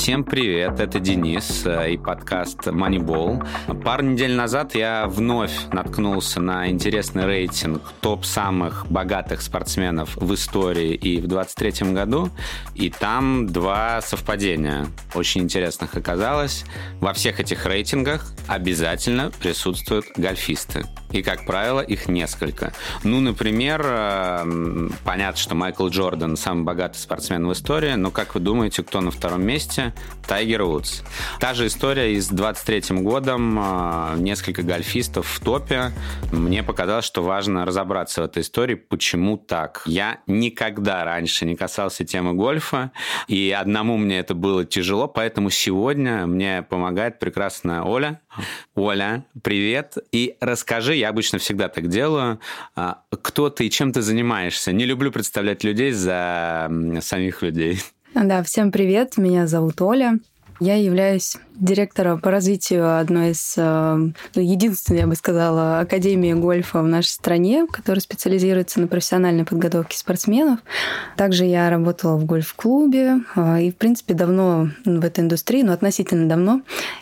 Всем привет, это Денис и подкаст Moneyball. Пару недель назад я вновь наткнулся на интересный рейтинг топ самых богатых спортсменов в истории и в 2023 году, и там два совпадения очень интересных оказалось. Во всех этих рейтингах обязательно присутствуют гольфисты. И, как правило, их несколько. Например, понятно, что Майкл Джордан самый богатый спортсмен в истории, но как вы думаете, кто на втором месте? Тайгер Вудс. Та же история и с 23-м годом. Несколько гольфистов в топе. Мне показалось, что важно разобраться в этой истории, почему так. Я никогда раньше не касался темы гольфа, и одному мне это было тяжело, поэтому сегодня мне помогает прекрасная Оля. Оля, привет. И расскажи, я обычно всегда так делаю, кто ты и чем ты занимаешься. Не люблю представлять людей за самих людей. Да, всем привет, меня зовут Оля. Я являюсь директором по развитию одной из, единственной, я бы сказала, академии гольфа в нашей стране, которая специализируется на профессиональной подготовке спортсменов. Также я работала в гольф-клубе и, в принципе, давно в этой индустрии, но относительно давно.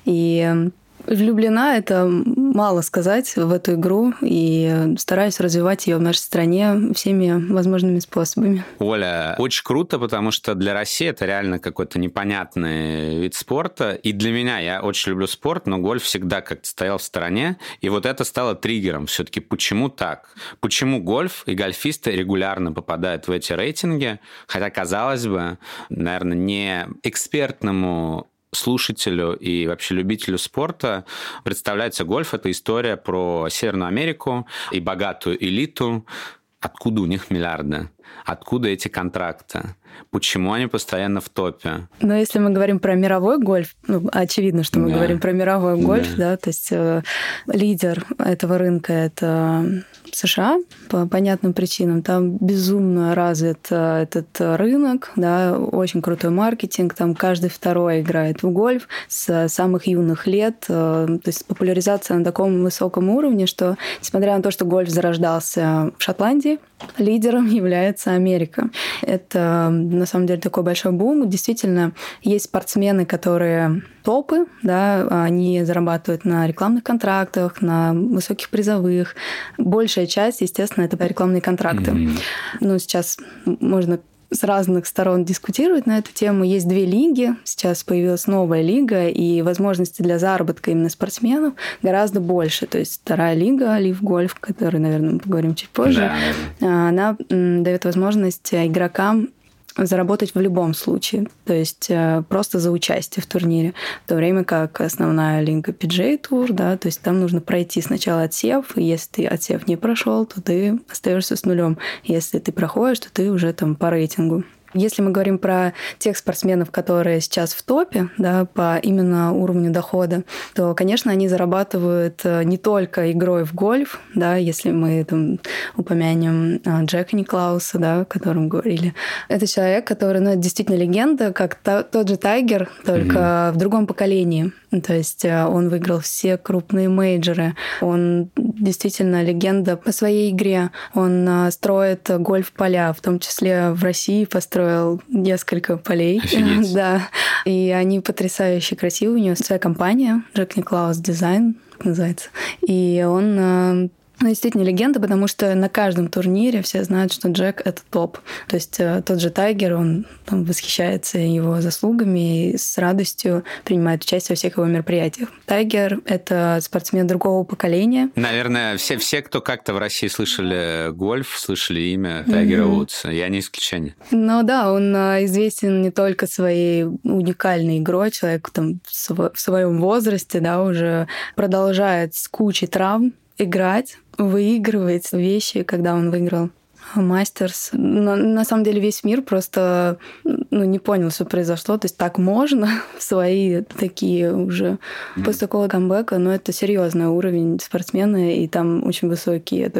И влюблена — это мало сказать в эту игру, и стараюсь развивать ее в нашей стране всеми возможными способами. Оля, очень круто, потому что для России это реально какой-то непонятный вид спорта. И для меня, я очень люблю спорт, но гольф всегда как-то стоял в стороне. И вот это стало триггером все-таки. Почему так? Почему гольф и гольфисты регулярно попадают в эти рейтинги? Хотя, казалось бы, наверное, не экспертному слушателю и вообще любителю спорта представляется гольф. Это история про Северную Америку и богатую элиту. Откуда у них миллиарды? Откуда эти контракты? Почему они постоянно в топе? Но если мы говорим про мировой гольф, очевидно, что мы говорим про мировой гольф, да, то есть лидер этого рынка — это США по понятным причинам. Там безумно развит этот рынок, да, очень крутой маркетинг, там каждый второй играет в гольф с самых юных лет, то есть популяризация на таком высоком уровне, что, несмотря на то, что гольф зарождался в Шотландии, лидером является Америка. Это, на самом деле, такой большой бум. Действительно, есть спортсмены, которые топы, да, они зарабатывают на рекламных контрактах, на высоких призовых. Большая часть, естественно, это рекламные контракты. Сейчас можно с разных сторон дискутировать на эту тему. Есть две лиги. Сейчас появилась новая лига, и возможности для заработка именно спортсменов гораздо больше. То есть вторая лига, Лив Гольф, о которой, наверное, мы поговорим чуть позже, она дает возможность игрокам заработать в любом случае, то есть просто за участие в турнире, в то время как основная лига PGA Tour, да, то есть там нужно пройти сначала отсев, и если ты отсев не прошел, то ты остаешься с нулем. Если ты проходишь, то ты уже там по рейтингу. Если мы говорим про тех спортсменов, которые сейчас в топе, да, по именно уровню дохода, то, конечно, они зарабатывают не только игрой в гольф, да, если мы там упомянем Джека Никлауса, да, о котором говорили. Это человек, который, это действительно легенда, как тот же Тайгер, только в другом поколении. То есть он выиграл все крупные мейджоры. Он действительно легенда по своей игре. Он строит гольф-поля, в том числе в России построил несколько полей. Да. И они потрясающе красивые. У него своя компания Джек Никлаус Дизайн называется. И он действительно легенда, потому что на каждом турнире все знают, что Джек — это топ. То есть тот же Тайгер, он там восхищается его заслугами и с радостью принимает участие во всех его мероприятиях. Тайгер — это спортсмен другого поколения. Наверное, все, кто как-то в России слышали гольф, слышали имя Тайгера Вудса. Я не исключение. Ну да, он известен не только своей уникальной игрой. Человек там в своем возрасте, да, уже продолжает с кучей травм играть, выигрывать вещи, когда он выиграл Мастерс. На самом деле весь мир просто не понял, что произошло. То есть так можно в свои такие уже после такого камбэка, но это серьезный уровень спортсмена, и там очень высокий. Это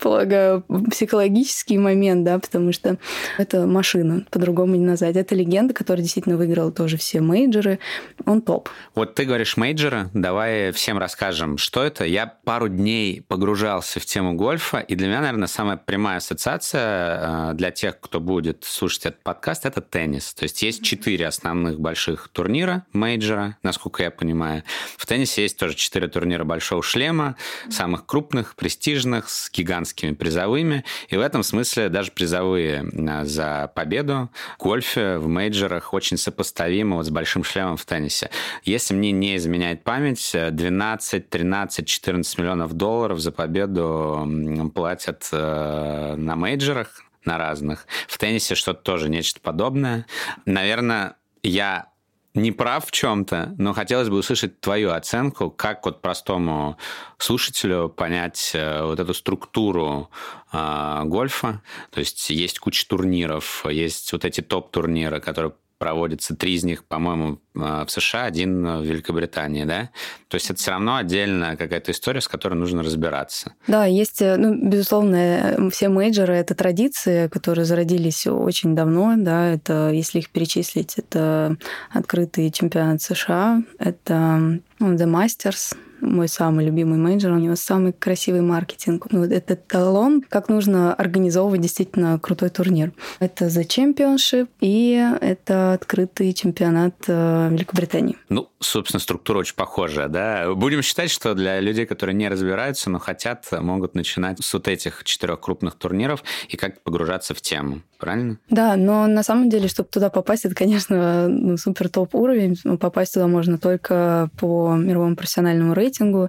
полагаю, психологический момент, да, потому что это машина, по-другому не назвать. Это легенда, которая действительно выиграла тоже все мейджоры. Он топ. Вот ты говоришь мейджоры, давай всем расскажем, что это. Я пару дней погружался в тему гольфа, и для меня, наверное, самая прямая ассоциация для тех, кто будет слушать этот подкаст, это теннис. То есть есть 4 основных больших турнира мейджора, насколько я понимаю. В теннисе есть тоже 4 турнира большого шлема, самых крупных, престижных, с гигантскими призовыми. И в этом смысле даже призовые за победу в гольфе, в мейджорах очень сопоставимы вот с большим шлемом в теннисе. Если мне не изменяет память, 12, 13, 14 миллионов долларов за победу платят на мейджорах, на разных. В теннисе что-то тоже, нечто подобное. Наверное, я не прав в чем-то, но хотелось бы услышать твою оценку, как вот простому слушателю понять вот эту структуру гольфа. То есть куча турниров, есть вот эти топ-турниры, которые проводятся, 3 из них, по-моему, в США, 1 в Великобритании, да? То есть это все равно отдельная какая-то история, с которой нужно разбираться. Да, есть, безусловно, все мейджоры — это традиции, которые зародились очень давно, да, это, если их перечислить, это открытый чемпионат США, это The Masters, мой самый любимый мейджор, у него самый красивый маркетинг. Это талон, как нужно организовывать действительно крутой турнир. Это The Championship и это открытый чемпионат Великобритании. Собственно, структура очень похожая, да? Будем считать, что для людей, которые не разбираются, но хотят, могут начинать с вот этих 4 крупных турниров и как-то погружаться в тему. Правильно? Да, но на самом деле, чтобы туда попасть, это, конечно, супер топ уровень. Попасть туда можно только по мировому профессиональному рейтингу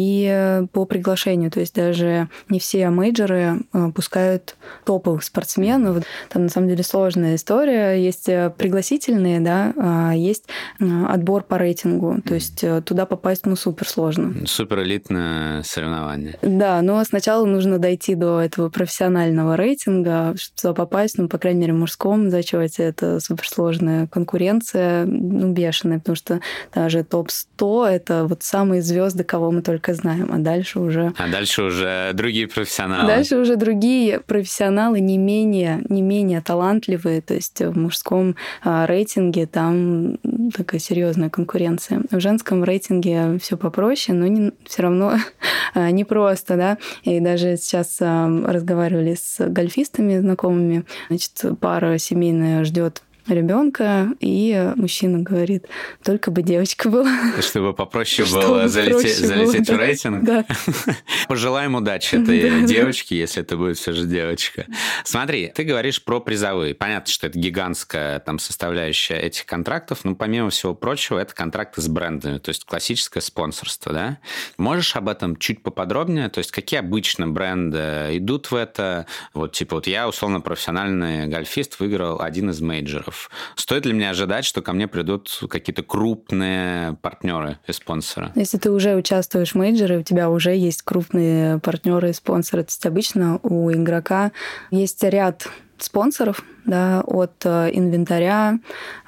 и по приглашению. То есть даже не все мейджоры пускают топовых спортсменов. Там, на самом деле, сложная история. Есть пригласительные, да, есть отбор по рейтингу. То есть туда попасть, супер сложно. Супер элитное соревнование. Да, но сначала нужно дойти до этого профессионального рейтинга, чтобы туда попасть, по крайней мере, в мужском зачете это суперсложная конкуренция, бешеная, потому что даже топ-100 — это вот самые звезды, кого мы только знаем, а дальше уже другие профессионалы. Дальше уже другие профессионалы не менее талантливые, то есть в мужском рейтинге там такая серьезная конкуренция. В женском рейтинге все попроще, но все равно непросто, да. И даже сейчас разговаривали с гольфистами знакомыми, значит, пара семейная ждет ребенка, и мужчина говорит, только бы девочка была. Чтобы попроще было залететь в рейтинг. Да. Пожелаем удачи этой девочке, если это будет все же девочка. Смотри, ты говоришь про призовые. Понятно, что это гигантская там составляющая этих контрактов, но помимо всего прочего, это контракты с брендами, то есть классическое спонсорство, да? Можешь об этом чуть поподробнее? То есть какие обычно бренды идут в это? Вот я, условно, профессиональный гольфист, выиграл один из мейджоров. Стоит ли мне ожидать, что ко мне придут какие-то крупные партнеры и спонсоры? Если ты уже участвуешь в мейджоре, у тебя уже есть крупные партнеры и спонсоры. То есть обычно у игрока есть ряд спонсоров, да, от инвентаря,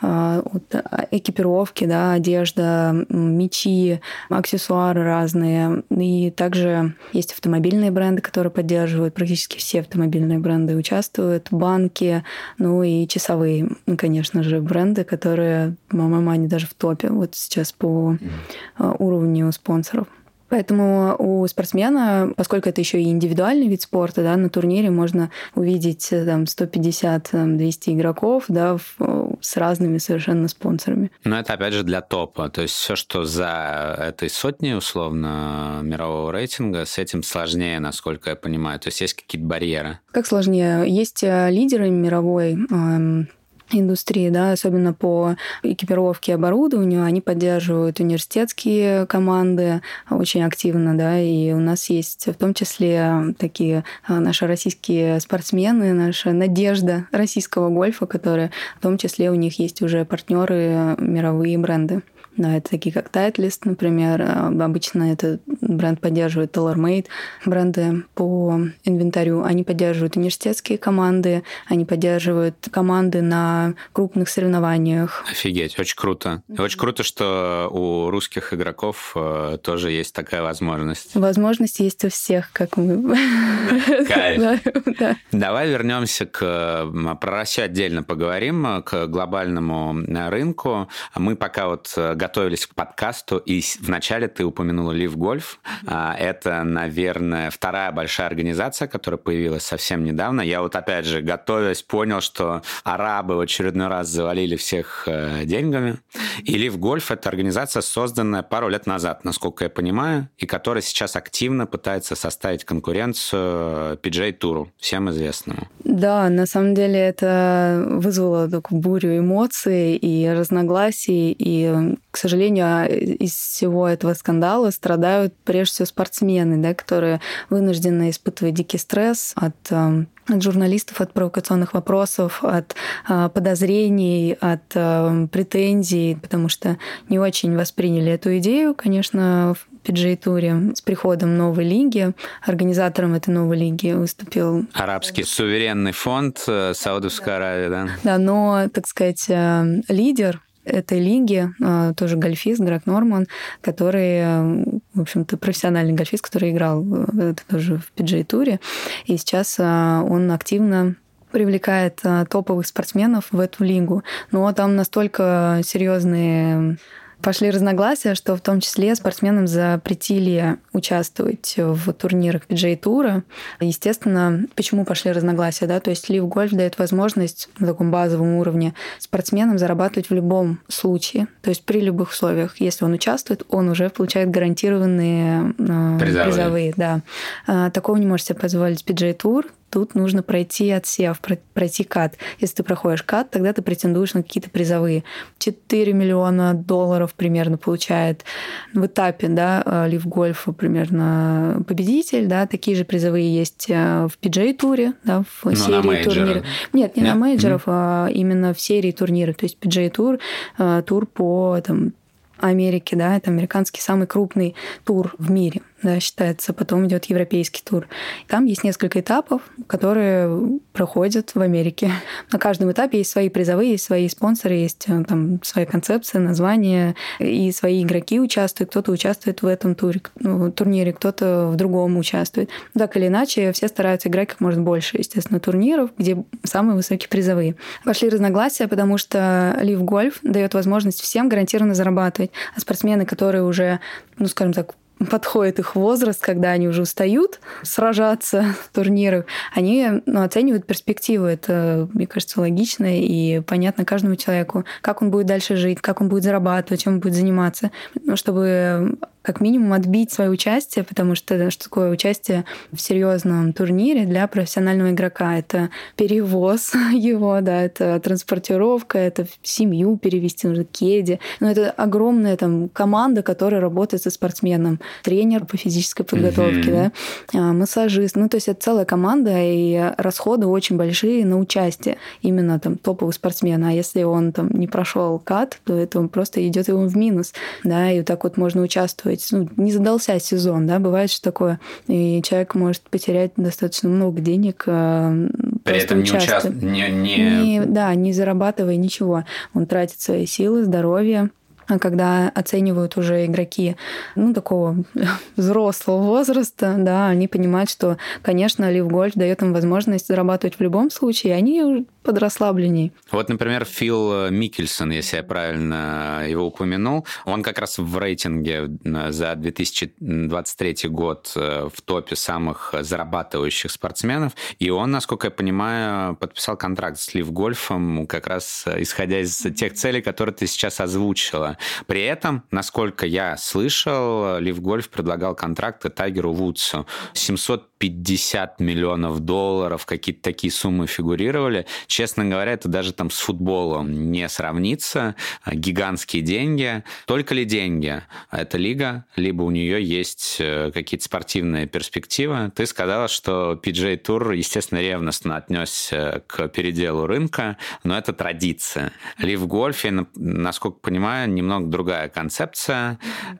от экипировки, да, одежда, мячи, аксессуары разные. И также есть автомобильные бренды, которые поддерживают. Практически все автомобильные бренды участвуют. Банки, и часовые, конечно же, бренды, которые, по-моему, они даже в топе вот сейчас по уровню спонсоров. Поэтому у спортсмена, поскольку это еще и индивидуальный вид спорта, да, на турнире можно увидеть там 150-200 игроков, да, с разными совершенно спонсорами. Но это, опять же, для топа. То есть все, что за этой сотней, условно, мирового рейтинга, с этим сложнее, насколько я понимаю. То есть есть какие-то барьеры? Как сложнее? Есть лидеры мировой индустрии, да, особенно по экипировке и оборудованию, они поддерживают университетские команды очень активно, да, и у нас есть в том числе такие наши российские спортсмены, наша надежда российского гольфа, которые в том числе у них есть уже партнеры, мировые бренды. Да, это такие как Titleist, например. Обычно этот бренд поддерживает TaylorMade, бренды по инвентарю. Они поддерживают университетские команды, они поддерживают команды на крупных соревнованиях. Офигеть, очень круто. Очень круто, что у русских игроков тоже есть такая возможность. Возможность есть у всех, как мы. Кайф. Давай вернемся про Россию отдельно поговорим, к глобальному рынку. Мы пока вот готовились к подкасту, и вначале ты упомянула Live Golf. Это, наверное, вторая большая организация, которая появилась совсем недавно. Я вот опять же, готовясь, понял, что арабы в очередной раз завалили всех деньгами. И Live Golf — это организация, созданная пару лет назад, насколько я понимаю, и которая сейчас активно пытается составить конкуренцию PGA Tour, всем известному. Да, на самом деле это вызвало такую бурю эмоций и разногласий, и, к сожалению, из всего этого скандала страдают прежде всего спортсмены, да, которые вынуждены испытывать дикий стресс от журналистов, от провокационных вопросов, от подозрений, от претензий, потому что не очень восприняли эту идею, конечно, в PGA-туре с приходом новой лиги. Организатором этой новой лиги выступил Арабский суверенный фонд Саудовской Аравии, да? Да, но, так сказать, лидер этой лиги, тоже гольфист Грег Норман, который, в общем-то, профессиональный гольфист, который играл тоже в PGA-туре, и сейчас он активно привлекает топовых спортсменов в эту лигу. Но там настолько серьезные пошли разногласия, что в том числе спортсменам запретили участвовать в турнирах PGA-тура. Естественно, почему пошли разногласия, да? То есть Live Golf дает возможность на таком базовом уровне спортсменам зарабатывать в любом случае, то есть при любых условиях. Если он участвует, он уже получает гарантированные призовые. Да. Такого не может себе позволить PGA-тур. Тут нужно пройти отсев, пройти кат. Если ты проходишь кат, тогда ты претендуешь на какие-то призовые. $4 миллиона примерно получает в этапе, да, Live Golf примерно победитель, да, такие же призовые есть в PGA-туре, да, в серии турниров. Нет, не на мейджоров, а именно в серии турниров. То есть PGA-тур, тур по Америке, да, это американский самый крупный тур в мире, да, считается. Потом идет европейский тур. Там есть несколько этапов, которые проходят в Америке. На каждом этапе есть свои призовые, есть свои спонсоры, есть там своя концепция, название, и свои игроки участвуют. Кто-то участвует в этом турнире, кто-то в другом участвует. Так или иначе, все стараются играть как можно больше, естественно, турниров, где самые высокие призовые. Пошли разногласия, потому что Live Golf дает возможность всем гарантированно зарабатывать. А спортсмены, которые уже, скажем так, подходит их возраст, когда они уже устают сражаться в турнирах, они оценивают перспективу. Это, мне кажется, логично и понятно каждому человеку, как он будет дальше жить, как он будет зарабатывать, чем он будет заниматься, чтобы как минимум отбить свое участие, потому что что такое участие в серьезном турнире для профессионального игрока? Это перевоз его, да, это транспортировка, это семью перевести, нужно кеди. Но это огромная команда, которая работает со спортсменом. Тренер по физической подготовке, да, массажист. То есть это целая команда, и расходы очень большие на участие именно топового спортсмена. А если он не прошел кат, то это он просто идет его в минус, да, и вот так вот можно участвовать. Не задался сезон, да, бывает, что такое, и человек может потерять достаточно много денег, при этом не зарабатывая ничего. Он тратит свои силы, здоровье. А когда оценивают уже игроки такого взрослого возраста, да, они понимают, что, конечно, Live Golf дает им возможность зарабатывать в любом случае, и они уже подрасслабленней. Вот, например, Фил Микельсон, если я правильно его упомянул, он как раз в рейтинге за 2023 год в топе самых зарабатывающих спортсменов, и он, насколько я понимаю, подписал контракт с Live Golf как раз исходя из тех целей, которые ты сейчас озвучила. При этом, насколько я слышал, Live Golf предлагал контракты Тайгеру Вудсу. $700 50 миллионов долларов, какие-то такие суммы фигурировали. Честно говоря, это даже там с футболом не сравнится. Гигантские деньги. Только ли деньги? Эта лига, либо у нее есть какие-то спортивные перспективы. Ты сказала, что PGA Tour, естественно, ревностно отнесся к переделу рынка, но это традиция. Лив гольфе, насколько понимаю, немного другая концепция.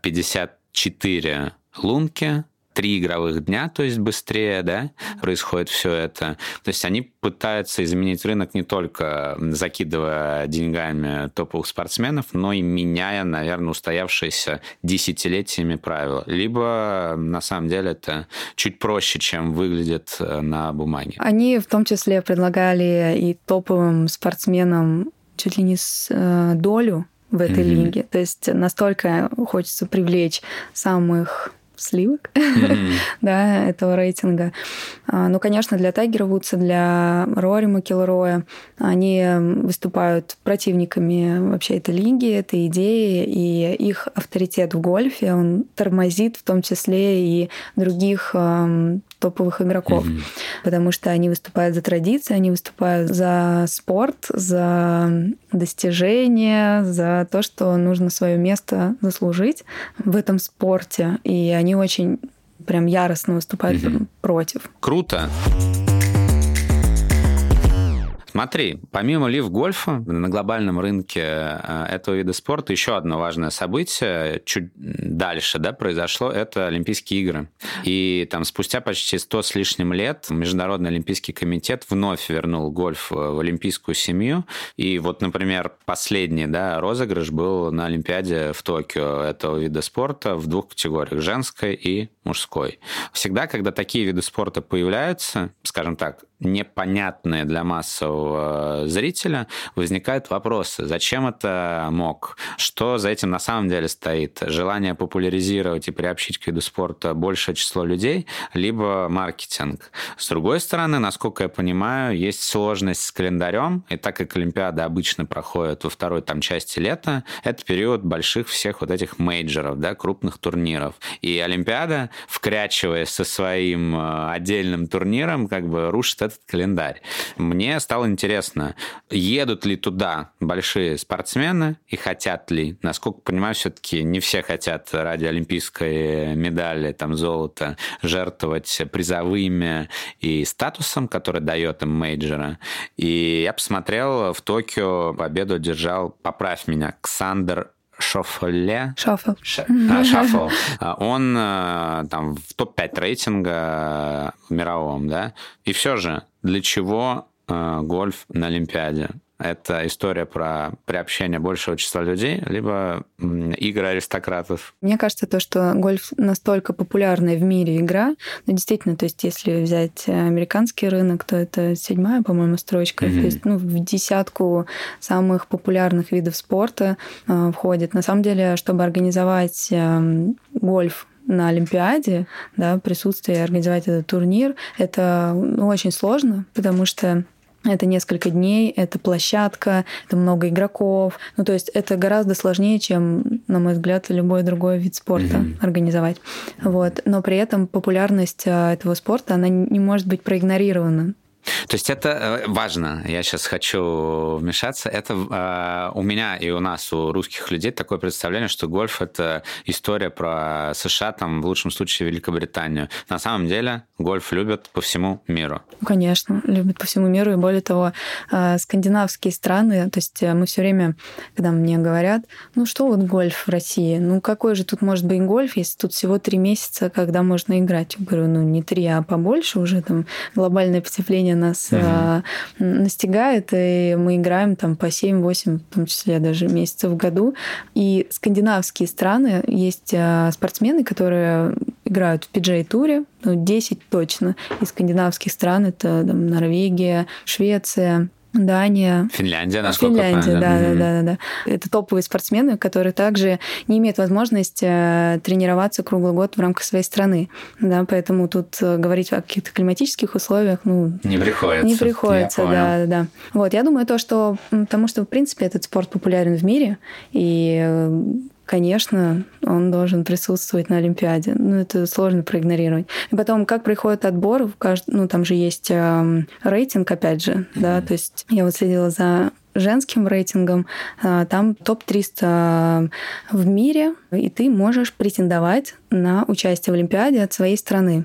54 лунки, 3 игровых дня, то есть быстрее, да, происходит все это. То есть они пытаются изменить рынок не только закидывая деньгами топовых спортсменов, но и меняя, наверное, устоявшиеся десятилетиями правила. Либо, на самом деле, это чуть проще, чем выглядит на бумаге. Они в том числе предлагали и топовым спортсменам чуть ли не долю в этой лиге. То есть настолько хочется привлечь самых сливок да, этого рейтинга. Ну, конечно, для Тайгера Вудса, для Рори Макилроя они выступают противниками вообще этой лиги, этой идеи, и их авторитет в гольфе, он тормозит в том числе и других топовых игроков, потому что они выступают за традиции, они выступают за спорт, за достижения, за то, что нужно свое место заслужить в этом спорте, и они очень прям яростно выступают против. Круто! Смотри, помимо лив-гольфа на глобальном рынке этого вида спорта еще одно важное событие чуть дальше, да, произошло, это Олимпийские игры. И там спустя почти 100 с лишним лет Международный олимпийский комитет вновь вернул гольф в олимпийскую семью. И вот, например, последний, да, розыгрыш был на Олимпиаде в Токио этого вида спорта в 2 категориях, женской и мужской. Всегда, когда такие виды спорта появляются, скажем так, непонятные для массового зрителя, возникают вопросы. Зачем это мог? Что за этим на самом деле стоит? Желание популяризировать и приобщить к виду спорта большее число людей, либо маркетинг? С другой стороны, насколько я понимаю, есть сложность с календарем, и так как Олимпиада обычно проходит во второй там части лета, это период больших всех вот этих мейджоров, да, крупных турниров. И Олимпиада, вкрячиваясь со своим отдельным турниром, как бы рушит этот календарь. Мне стало интересно, едут ли туда большие спортсмены и хотят ли? Насколько понимаю, все-таки не все хотят ради олимпийской медали, там, золота жертвовать призовыми и статусом, который дает им мейджора. И я посмотрел, в Токио победу одержал, поправь меня, Ксандер Шоффле. Шаффл. Он там в топ-5 рейтинга мировом, да? И все же, для чего гольф на Олимпиаде? Это история про приобщение большего числа людей, либо игры аристократов? Мне кажется, то, что гольф настолько популярная в мире игра, ну, действительно, то есть если взять американский рынок, то это 7-я, по-моему, строчка, то есть в десятку самых популярных видов спорта входит. На самом деле, чтобы организовать гольф на Олимпиаде, да, присутствие и организовать этот турнир, это очень сложно, потому что это несколько дней, это площадка, это много игроков. Ну, то есть это гораздо сложнее, чем, на мой взгляд, любой другой вид спорта организовать. Вот. Но при этом популярность этого спорта, она не может быть проигнорирована. То есть это важно, я сейчас хочу вмешаться, это у меня и у нас, у русских людей такое представление, что гольф – это история про США, там, в лучшем случае Великобританию. На самом деле гольф любят по всему миру. Конечно, любят по всему миру, и более того, скандинавские страны, то есть мы все время, когда мне говорят, ну что вот гольф в России, ну какой же тут может быть гольф, если тут всего 3 месяца, когда можно играть? Я говорю, ну не 3, а побольше, уже там глобальное потепление нас настигает, и мы играем там по 7-8, в том числе даже месяцев в году. И скандинавские страны, есть спортсмены, которые играют в PGA-туре, 10 точно. Из скандинавских стран это там, Норвегия, Швеция, Дания. Финляндия, насколько я понимаю. Да. Это топовые спортсмены, которые также не имеют возможности тренироваться круглый год в рамках своей страны. Да, поэтому тут говорить о каких-то климатических условиях, не приходится. Не приходится, да. Вот, я думаю, потому что, в принципе, этот спорт популярен в мире, и конечно, он должен присутствовать на Олимпиаде. Это сложно проигнорировать. И потом, как проходит отбор, там же есть рейтинг, опять же, да, то есть я вот следила за женским рейтингом, там топ-300 в мире, и ты можешь претендовать на участие в Олимпиаде от своей страны.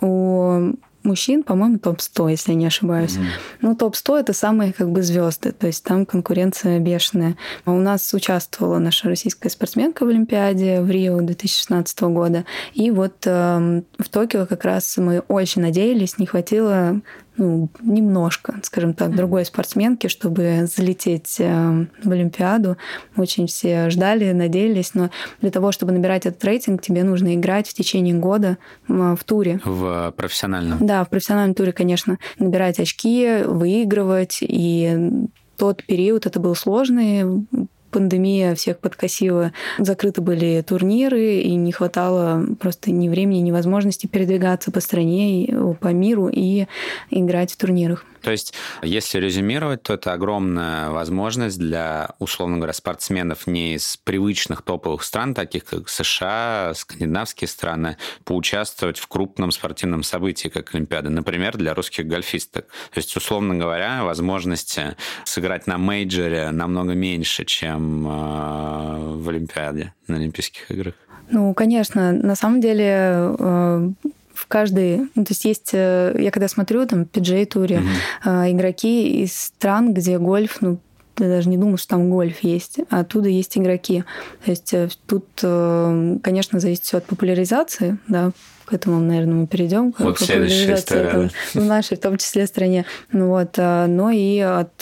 У мужчин, по-моему, топ-100, если я не ошибаюсь. Топ-100 — это самые звезды, то есть там конкуренция бешеная. У нас участвовала наша российская спортсменка в Олимпиаде в Рио 2016 года, и вот в Токио как раз мы очень надеялись, не хватило немножко, скажем так, другой спортсменки, чтобы залететь в Олимпиаду. Очень все ждали, надеялись, но для того, чтобы набирать этот рейтинг, тебе нужно играть в течение года в туре. В профессиональном? Да, в профессиональном туре, конечно. Набирать очки, выигрывать, и тот период, это был сложный, пандемия всех подкосила, закрыты были турниры, и не хватало просто ни времени, ни возможности передвигаться по стране, по миру и играть в турнирах. То есть, если резюмировать, то это огромная возможность для, условно говоря, спортсменов не из привычных топовых стран, таких как США, скандинавские страны, поучаствовать в крупном спортивном событии, как Олимпиада. Например, для русских гольфисток. То есть, условно говоря, возможности сыграть на мейджоре намного меньше, чем в Олимпиаде, на Олимпийских играх. Конечно, на самом деле в каждой... то есть я когда смотрю там PGA-туре, игроки из стран, где гольф, ты даже не думаешь, что там гольф есть, а оттуда есть игроки. То есть тут, конечно, зависит все от популяризации, да, к этому, наверное, мы перейдем. Вот следующая история. В нашей, в том числе, стране. Но и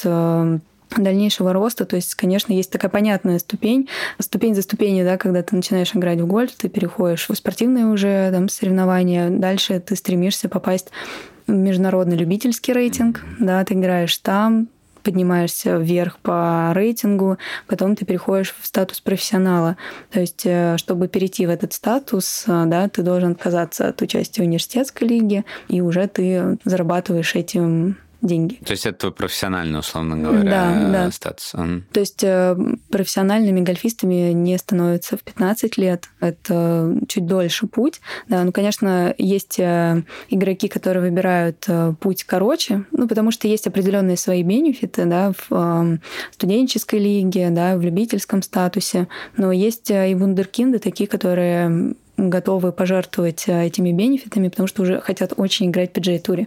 от дальнейшего роста, то есть, конечно, есть такая понятная ступень за ступенью, да, когда ты начинаешь играть в гольф, ты переходишь в спортивные уже соревнования, дальше ты стремишься попасть в международный любительский рейтинг, да, ты играешь там, поднимаешься вверх по рейтингу, потом ты переходишь в статус профессионала. То есть, чтобы перейти в этот статус, да, ты должен отказаться от участия в университетской лиге, и уже ты зарабатываешь этим деньги. То есть это твой профессиональный, условно говоря, статус. То есть профессиональными гольфистами не становятся в 15 лет. Это чуть дольше путь. Да, конечно, есть игроки, которые выбирают путь короче, потому что есть определенные свои бенефиты, да, в студенческой лиге, да, в любительском статусе. Но есть и вундеркинды, такие, которые готовы пожертвовать этими бенефитами, потому что уже хотят очень играть в PGA-туре.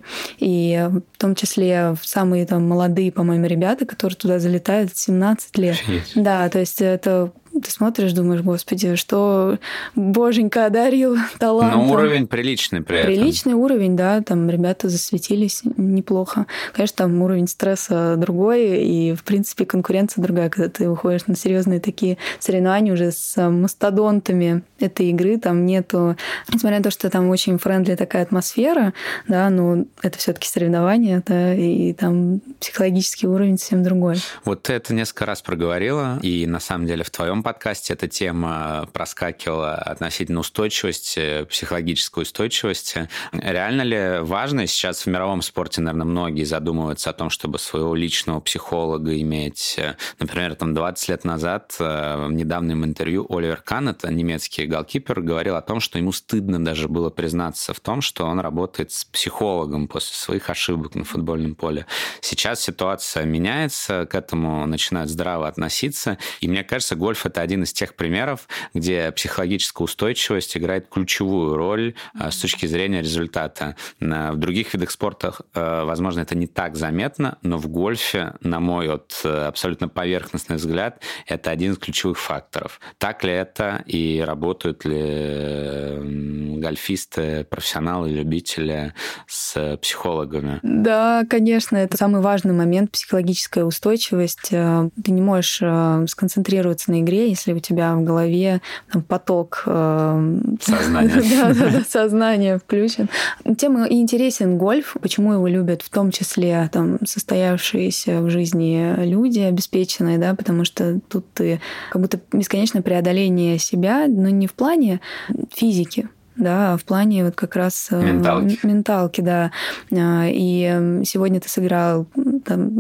И в том числе самые молодые, по-моему, ребята, которые туда залетают в 17 лет. Да, то есть это... Ты смотришь, думаешь, господи, что боженька одарил талантом. Но уровень приличный при этом. Приличный уровень, да, там ребята засветились неплохо. Конечно, там уровень стресса другой, и, в принципе, конкуренция другая, когда ты выходишь на серьезные такие соревнования уже с мастодонтами этой игры, там нету... Несмотря на то, что там очень френдли такая атмосфера, да, но это все-таки соревнования, да, и там психологический уровень совсем другой. Вот ты это несколько раз проговорила, и на самом деле в твоем подкасте эта тема проскакивала относительно устойчивости, психологической устойчивости. Реально ли важно, сейчас в мировом спорте, наверное, многие задумываются о том, чтобы своего личного психолога иметь. Например, 20 лет назад в недавнем интервью Оливер Кан, это немецкий голкипер, говорил о том, что ему стыдно даже было признаться в том, что он работает с психологом после своих ошибок на футбольном поле. Сейчас ситуация меняется, к этому начинают здраво относиться, и мне кажется, гольф — это один из тех примеров, где психологическая устойчивость играет ключевую роль с точки зрения результата. В других видах спорта, возможно, это не так заметно, но в гольфе, на мой абсолютно поверхностный взгляд, это один из ключевых факторов. Так ли это и работают ли гольфисты, профессионалы, любители с психологами? Да, конечно, это самый важный момент, психологическая устойчивость. Ты не можешь сконцентрироваться на игре, если у тебя в голове поток сознания включен. Тем и интересен гольф, почему его любят в том числе состоявшиеся в жизни люди, обеспеченные, да, потому что тут ты как будто бесконечное преодоление себя, но не в плане физики, да, а в плане как раз менталки, да. И сегодня ты сыграл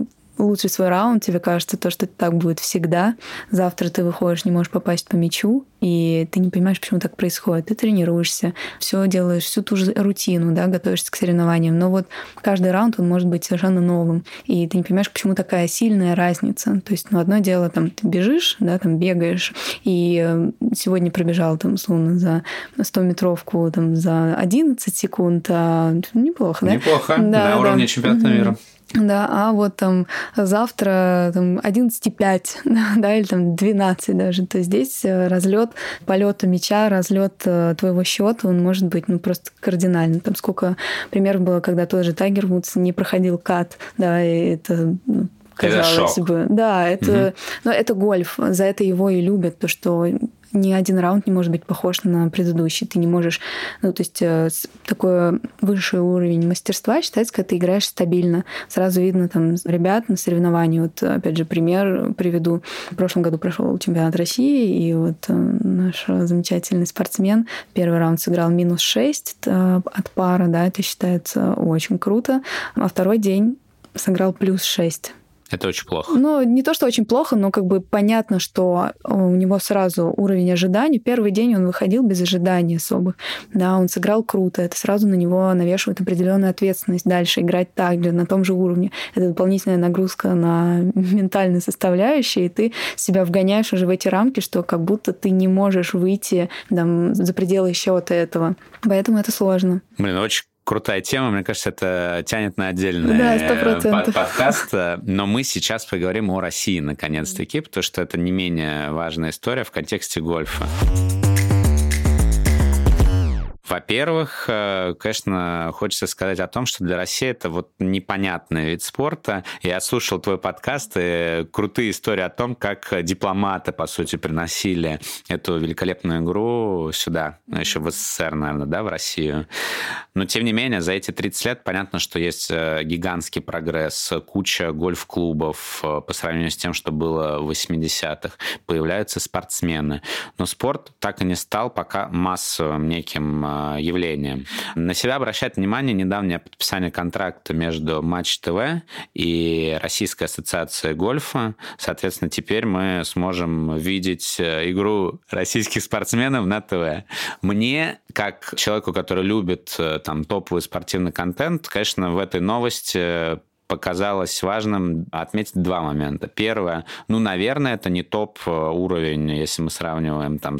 лучший свой раунд, тебе кажется, что так будет всегда. Завтра ты выходишь, не можешь попасть по мячу, и ты не понимаешь, почему так происходит. Ты тренируешься, все делаешь, всю ту же рутину, да, готовишься к соревнованиям, но вот каждый раунд, он может быть совершенно новым, и ты не понимаешь, почему такая сильная разница. То есть, одно дело, там, ты бежишь, да, там, бегаешь, и сегодня пробежал, там, условно, за 100-метровку, там, за 11 секунд, неплохо, да? Неплохо, да, на уровне чемпионата мира. Да, а вот там завтра там 11,5, да, или там 12 даже, то здесь разлет полета мяча, разлет твоего счета, он может быть просто кардинальный. Там сколько примеров было, когда тот же Тайгер Вудс не проходил кат, да, и это казалось бы. Да, это, но это гольф, за это его и любят, то что ни один раунд не может быть похож на предыдущий. Ты не можешь... то есть такой высший уровень мастерства считается, когда ты играешь стабильно. Сразу видно там ребят на соревновании. Вот, опять же, пример приведу. В прошлом году прошел чемпионат России, и вот наш замечательный спортсмен первый раунд сыграл -6 от пара, да, это считается очень круто. А второй день сыграл +6. Это очень плохо. Не то, что очень плохо, но как бы понятно, что у него сразу уровень ожиданий. Первый день он выходил без ожиданий особых. Да, он сыграл круто. Это сразу на него навешивает определенную ответственность дальше играть так же, на том же уровне. Это дополнительная нагрузка на ментальные составляющие, и ты себя вгоняешь уже в эти рамки, что как будто ты не можешь выйти там, за пределы счета этого. Поэтому это сложно. Очень крутая тема, мне кажется, это тянет на отдельный подкаст, но мы сейчас поговорим о России, наконец-таки, потому что это не менее важная история в контексте гольфа. Во-первых, конечно, хочется сказать о том, что для России это вот непонятный вид спорта. Я слушал твой подкаст, и крутые истории о том, как дипломаты, по сути, приносили эту великолепную игру сюда, еще в СССР, наверное, да, в Россию. Но, тем не менее, за эти 30 лет понятно, что есть гигантский прогресс, куча гольф-клубов по сравнению с тем, что было в 80-х. Появляются спортсмены. Но спорт так и не стал пока массовым неким явлением. На себя обращает внимание недавнее подписание контракта между Матч ТВ и Российской ассоциацией гольфа. Соответственно, теперь мы сможем видеть игру российских спортсменов на ТВ. Мне, как человеку, который любит там топовый спортивный контент, конечно, в этой новости показалось важным отметить два момента. Первое, наверное, это не топ-уровень, если мы сравниваем там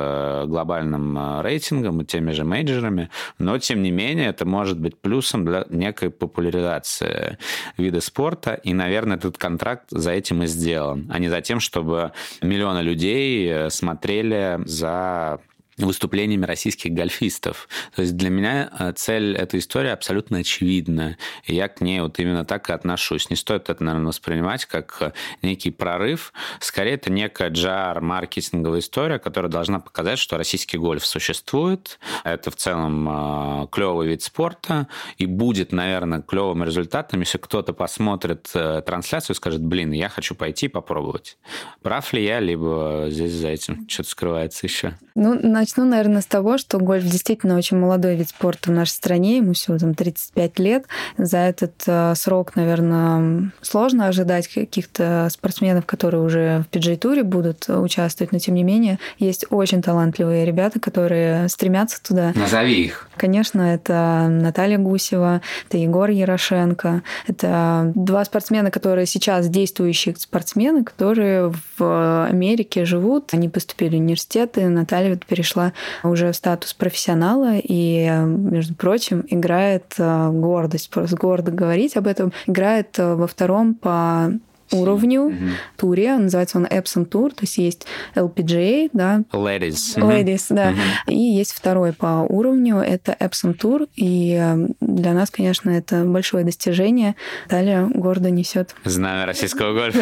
с глобальным рейтингом и теми же мейджорами, но, тем не менее, это может быть плюсом для некой популяризации вида спорта, и, наверное, этот контракт за этим и сделан, а не за тем, чтобы миллионы людей смотрели за выступлениями российских гольфистов. То есть для меня цель этой истории абсолютно очевидна, и я к ней вот именно так и отношусь. Не стоит это, наверное, воспринимать как некий прорыв. Скорее, это некая джар-маркетинговая история, которая должна показать, что российский гольф существует. Это в целом клевый вид спорта, и будет, наверное, клевым результатом, если кто-то посмотрит трансляцию и скажет: блин, я хочу пойти попробовать. Прав ли я, либо здесь за этим что-то скрывается еще? Начну, наверное, с того, что гольф действительно очень молодой вид спорта в нашей стране, ему всего там 35 лет. За этот срок, наверное, сложно ожидать каких-то спортсменов, которые уже в PGA-туре будут участвовать, но тем не менее есть очень талантливые ребята, которые стремятся туда. Назови их. Конечно, это Наталья Гусева, это Егор Ярошенко. Это два спортсмена, которые сейчас действующие спортсмены, которые в Америке живут. Они поступили в университеты. Наталья перешла уже в статус профессионала и, между прочим, играет гордость. Просто гордо говорить об этом. Играет во втором по уровню туре, называется он Epson Tour, то есть LPGA, да. Ladies, да. И есть второй по уровню, это Epson Tour, и для нас, конечно, это большое достижение. Наталья гордо несет знамя российского гольфа.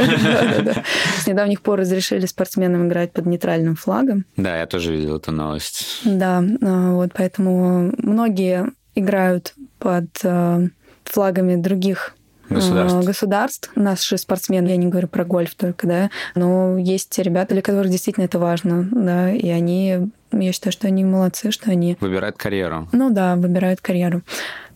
С недавних пор разрешили спортсменам играть под нейтральным флагом. Да, я тоже видел эту новость. Да, вот поэтому многие играют под флагами других государств. Наши спортсмены, я не говорю про гольф только, да, но есть ребята, для которых действительно это важно, да, и они, я считаю, что они молодцы, что они... Выбирают карьеру. Да, выбирают карьеру.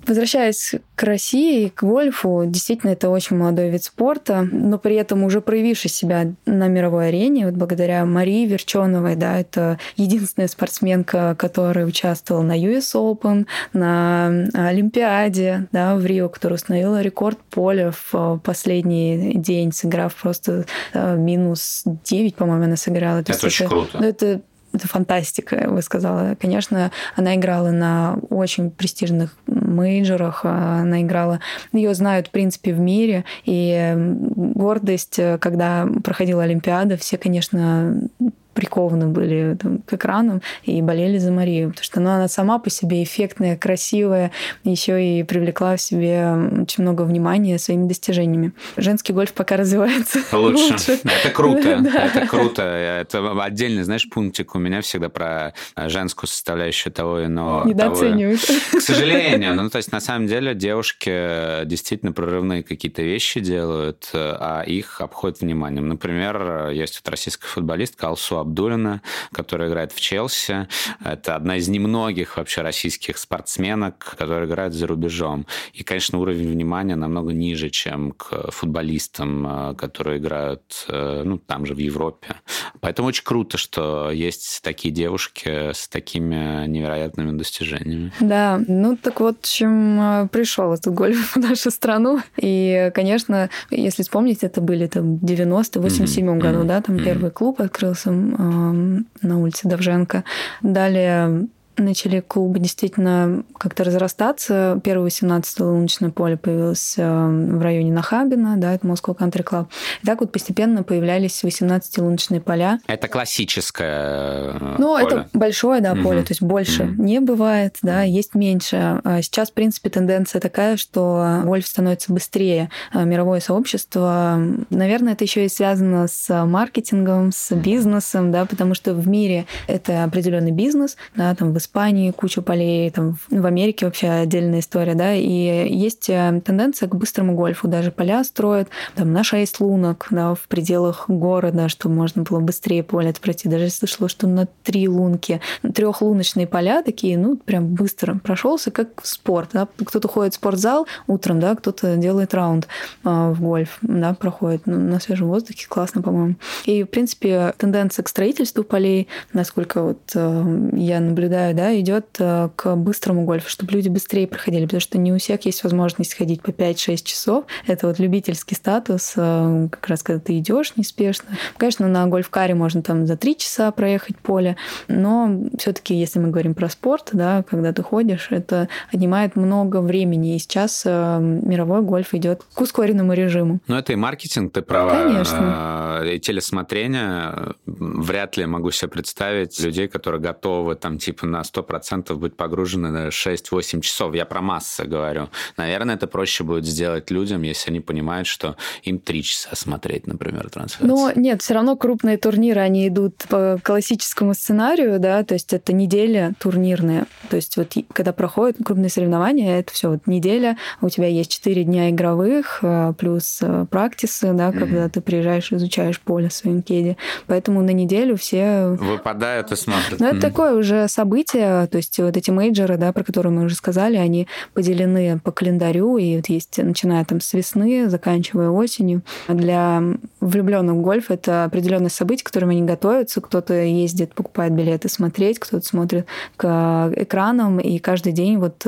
Возвращаясь к России, к гольфу, действительно, это очень молодой вид спорта, но при этом уже проявивший себя на мировой арене, вот благодаря Марии Верченовой, да, это единственная спортсменка, которая участвовала на US Open, на Олимпиаде, да, в Рио, которая установила рекорд поля в последний день, сыграв просто минус 9, по-моему, она сыграла. Это очень круто. Это фантастика, я бы сказала. Конечно, она играла на очень престижных мейджорах, она играла... Ее знают, в принципе, в мире, и гордость, когда проходила Олимпиада, все, конечно, прикованы были там к экранам и болели за Марию, потому что она сама по себе эффектная, красивая, еще и привлекла в себе очень много внимания своими достижениями. Женский гольф пока развивается лучше. Это круто, это круто. Это отдельный, знаешь, пунктик у меня всегда про женскую составляющую того и иного. Недооценивают. К сожалению. Ну, то есть, на самом деле, девушки действительно прорывные какие-то вещи делают, а их обходят вниманием. Например, есть вот российская футболистка Алсу Абдуллина, которая играет в Челси. Это одна из немногих вообще российских спортсменок, которые играют за рубежом. И, конечно, уровень внимания намного ниже, чем к футболистам, которые играют, ну, там же, в Европе. Поэтому очень круто, что есть такие девушки с такими невероятными достижениями. Да, ну так вот, чем пришел этот гольф в нашу страну. И, конечно, если вспомнить, это были там 90-87 году, да, там первый клуб открылся на улице Довженко. Далее начали клубы действительно как-то разрастаться. Первое 18-е луночное поле появилось в районе Нахабино, да, это Moscow Country Club. И так вот постепенно появлялись 18-луночные поля. Это классическое поле. Это большое, да, поле, то есть больше не бывает, да, есть меньше. Сейчас, в принципе, тенденция такая, что гольф становится быстрее. Мировое сообщество, наверное, это еще и связано с маркетингом, с бизнесом, да, потому что в мире это определенный бизнес, да, там в Испании куча полей, там в Америке вообще отдельная история, да, и есть тенденция к быстрому гольфу, даже поля строят там на 6 лунок, да, в пределах города, чтобы можно было быстрее поле пройти. Даже я слышала, что на 3 лунки, 3-луночные поля такие, ну, прям быстро прошелся, как спорт, да, кто-то ходит в спортзал утром, да, кто-то делает раунд в гольф, да, проходит на свежем воздухе, классно, по-моему. И, в принципе, тенденция к строительству полей, насколько вот я наблюдаю, да, идет к быстрому гольфу, чтобы люди быстрее проходили, потому что не у всех есть возможность ходить по 5-6 часов. Это вот любительский статус, как раз когда ты идешь неспешно. Конечно, на гольф-каре можно там за 3 часа проехать поле, но все-таки, если мы говорим про спорт, да, когда ты ходишь, это отнимает много времени, и сейчас мировой гольф идет к ускоренному режиму. Ну, это и маркетинг, ты права. Конечно. И телесмотрение. Вряд ли могу себе представить людей, которые готовы там типа на 100% быть погружены на 6-8 часов. Я про массы говорю. Наверное, это проще будет сделать людям, если они понимают, что им 3 часа смотреть, например, трансляцию. Но нет, все равно крупные турниры, они идут по классическому сценарию, да, то есть это неделя турнирная. То есть вот когда проходят крупные соревнования, это все вот неделя, у тебя есть 4 дня игровых, плюс практисы, да, когда ты приезжаешь, изучаешь поле в своем кеде. Поэтому на неделю все... выпадают и смотрят. Ну, это такое уже событие, то есть вот эти мейджоры, да, про которые мы уже сказали, они поделены по календарю, и вот есть, начиная там с весны, заканчивая осенью. Для влюбленных в гольф это определенное событие, к которому они готовятся. Кто-то ездит, покупает билеты смотреть, кто-то смотрит к экранам, и каждый день вот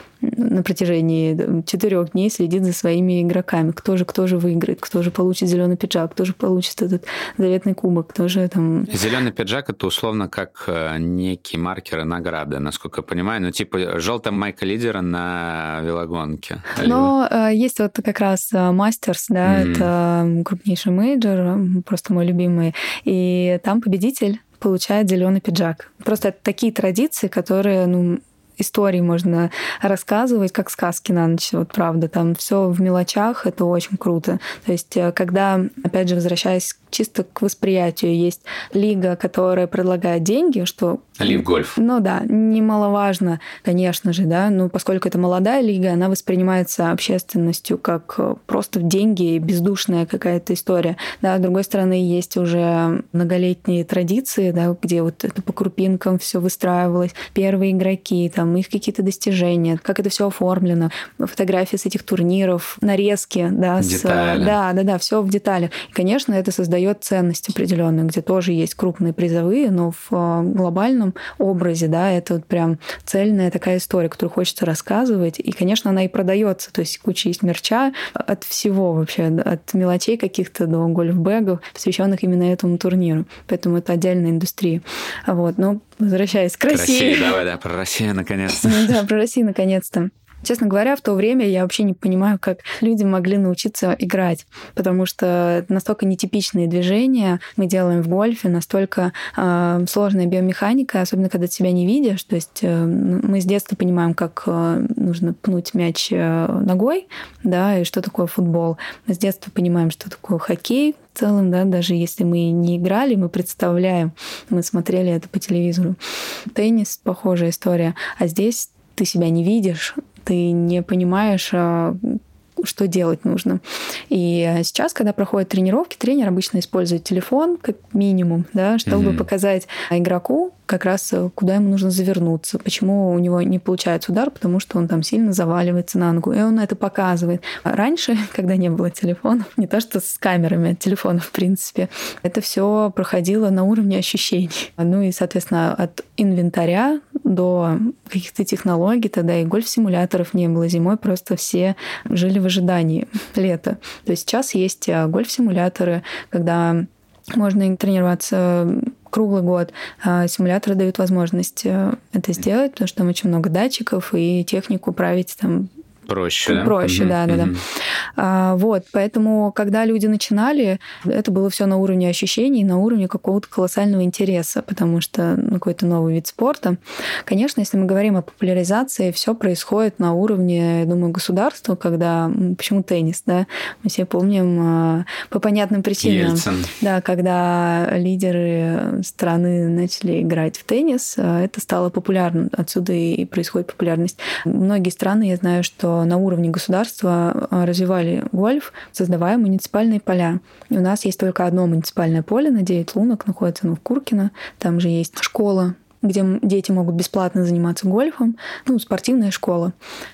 на протяжении 4 дней следит за своими игроками. Кто же выиграет, кто же получит зеленый пиджак, кто же получит этот заветный кубок, кто же там... Зеленый пиджак — это условно как некий маркер и награды, насколько я понимаю. Ну, типа желтая майка лидера на велогонке. Но есть вот как раз Мастерс, да, это крупнейший мейджор, просто мой любимый, и там победитель получает зеленый пиджак. Просто это такие традиции, которые, ну, истории можно рассказывать, как сказки на ночь, вот правда, там все в мелочах, это очень круто. То есть, когда, опять же, возвращаясь чисто к восприятию, есть лига, которая предлагает деньги, что Лив-гольф. Ну да, немаловажно, конечно же, да, но поскольку это молодая лига, она воспринимается общественностью как просто деньги, бездушная какая-то история. Да, с другой стороны, есть уже многолетние традиции, да, где вот это по крупинкам все выстраивалось, первые игроки, там, их какие-то достижения, как это все оформлено, фотографии с этих турниров, нарезки, да, да, все в деталях. И, конечно, это создает ценность определенную, где тоже есть крупные призовые, но в глобальном образе, да, это вот прям цельная такая история, которую хочется рассказывать, и, конечно, она и продается, то есть куча есть мерча от всего вообще, от мелочей каких-то до гольфбэгов, посвященных именно этому турниру, поэтому это отдельная индустрия. Вот, но возвращаясь к России. Давай, да, про Россию наконец-то. Да, про Россию наконец-то. Честно говоря, в то время я вообще не понимаю, как люди могли научиться играть, потому что это настолько нетипичные движения мы делаем в гольфе, настолько сложная биомеханика, особенно когда ты себя не видишь. То есть мы с детства понимаем, как нужно пнуть мяч ногой, да, и что такое футбол. Мы с детства понимаем, что такое хоккей, в целом, да, даже если мы не играли, мы представляем, мы смотрели это по телевизору. Теннис — похожая история. А здесь ты себя не видишь, ты не понимаешь, что делать нужно. И сейчас, когда проходят тренировки, тренер обычно использует телефон как минимум, да, чтобы показать игроку как раз, куда ему нужно завернуться, почему у него не получается удар, потому что он там сильно заваливается на ногу, и он это показывает. А раньше, когда не было телефонов, не то что с камерами от телефонов, в принципе, это все проходило на уровне ощущений. Ну и, соответственно, от инвентаря до каких-то технологий, тогда и гольф-симуляторов не было. Зимой просто все жили в ожидании лета. То есть сейчас есть гольф-симуляторы, когда можно тренироваться круглый год. Симуляторы дают возможность это сделать, потому что там очень много датчиков, и технику править там проще, да? Вот, поэтому, когда люди начинали, это было все на уровне ощущений, на уровне какого-то колоссального интереса, потому что какой-то новый вид спорта. Конечно, если мы говорим о популяризации, все происходит на уровне, я думаю, государства, когда... Почему теннис, да? Мы все помним по понятным причинам. Ельцин. Да, когда лидеры страны начали играть в теннис, это стало популярным. Отсюда и происходит популярность. Многие страны, я знаю, что на уровне государства развивали гольф, создавая муниципальные поля. И у нас есть только одно муниципальное поле на 9 лунок, находится оно в Куркино. Там же есть школа, где дети могут бесплатно заниматься гольфом, спортивная школа.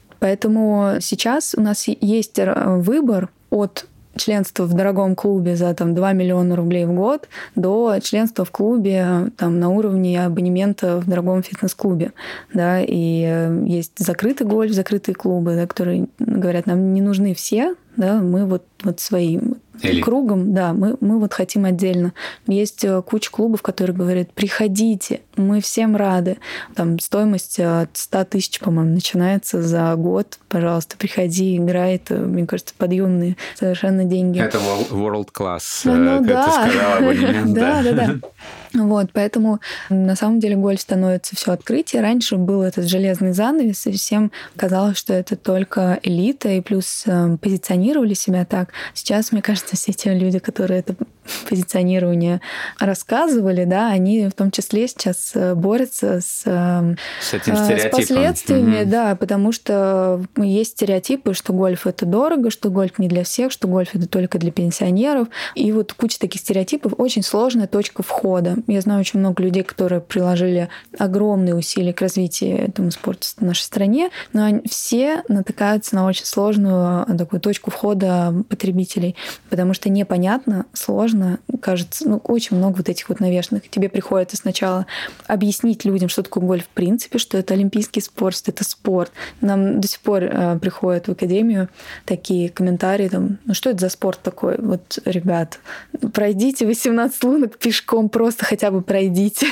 Поэтому сейчас у нас есть выбор от членство в дорогом клубе за 2 миллиона рублей в год до членства в клубе на уровне абонемента в дорогом фитнес-клубе. Да, и есть закрытый гольф, закрытые клубы, да, которые говорят, нам не нужны все, да, мы вот своим кругом, да, мы вот хотим отдельно. Есть куча клубов, которые говорят, приходите, мы всем рады. Там стоимость от 100 тысяч, по-моему, начинается за год. Пожалуйста, приходи, играй. Это, мне кажется, подъемные совершенно деньги. Это world class, как ты сказала, абонемент. Да. Вот, поэтому на самом деле гольф становится все открытие. Раньше был этот железный занавес, и всем казалось, что это только элита, и плюс позиционировали себя так. Сейчас, мне кажется, все те люди, которые это позиционирование рассказывали, да, они в том числе сейчас борются с этим стереотипом. С последствиями, да, потому что есть стереотипы, что гольф — это дорого, что гольф не для всех, что гольф — это только для пенсионеров. И вот куча таких стереотипов, очень сложная точка входа. Я знаю очень много людей, которые приложили огромные усилия к развитию этому спорту в нашей стране, но они все натыкаются на очень сложную такую точку входа потребителей, потому что непонятно, сложно, кажется, очень много вот этих вот навешенных. Тебе приходится сначала объяснить людям, что такое гольф в принципе, что это олимпийский спорт, что это спорт. Нам до сих пор приходят в академию такие комментарии, что это за спорт такой? Вот, ребят, пройдите 18 лунок пешком, просто хотя бы пройдите,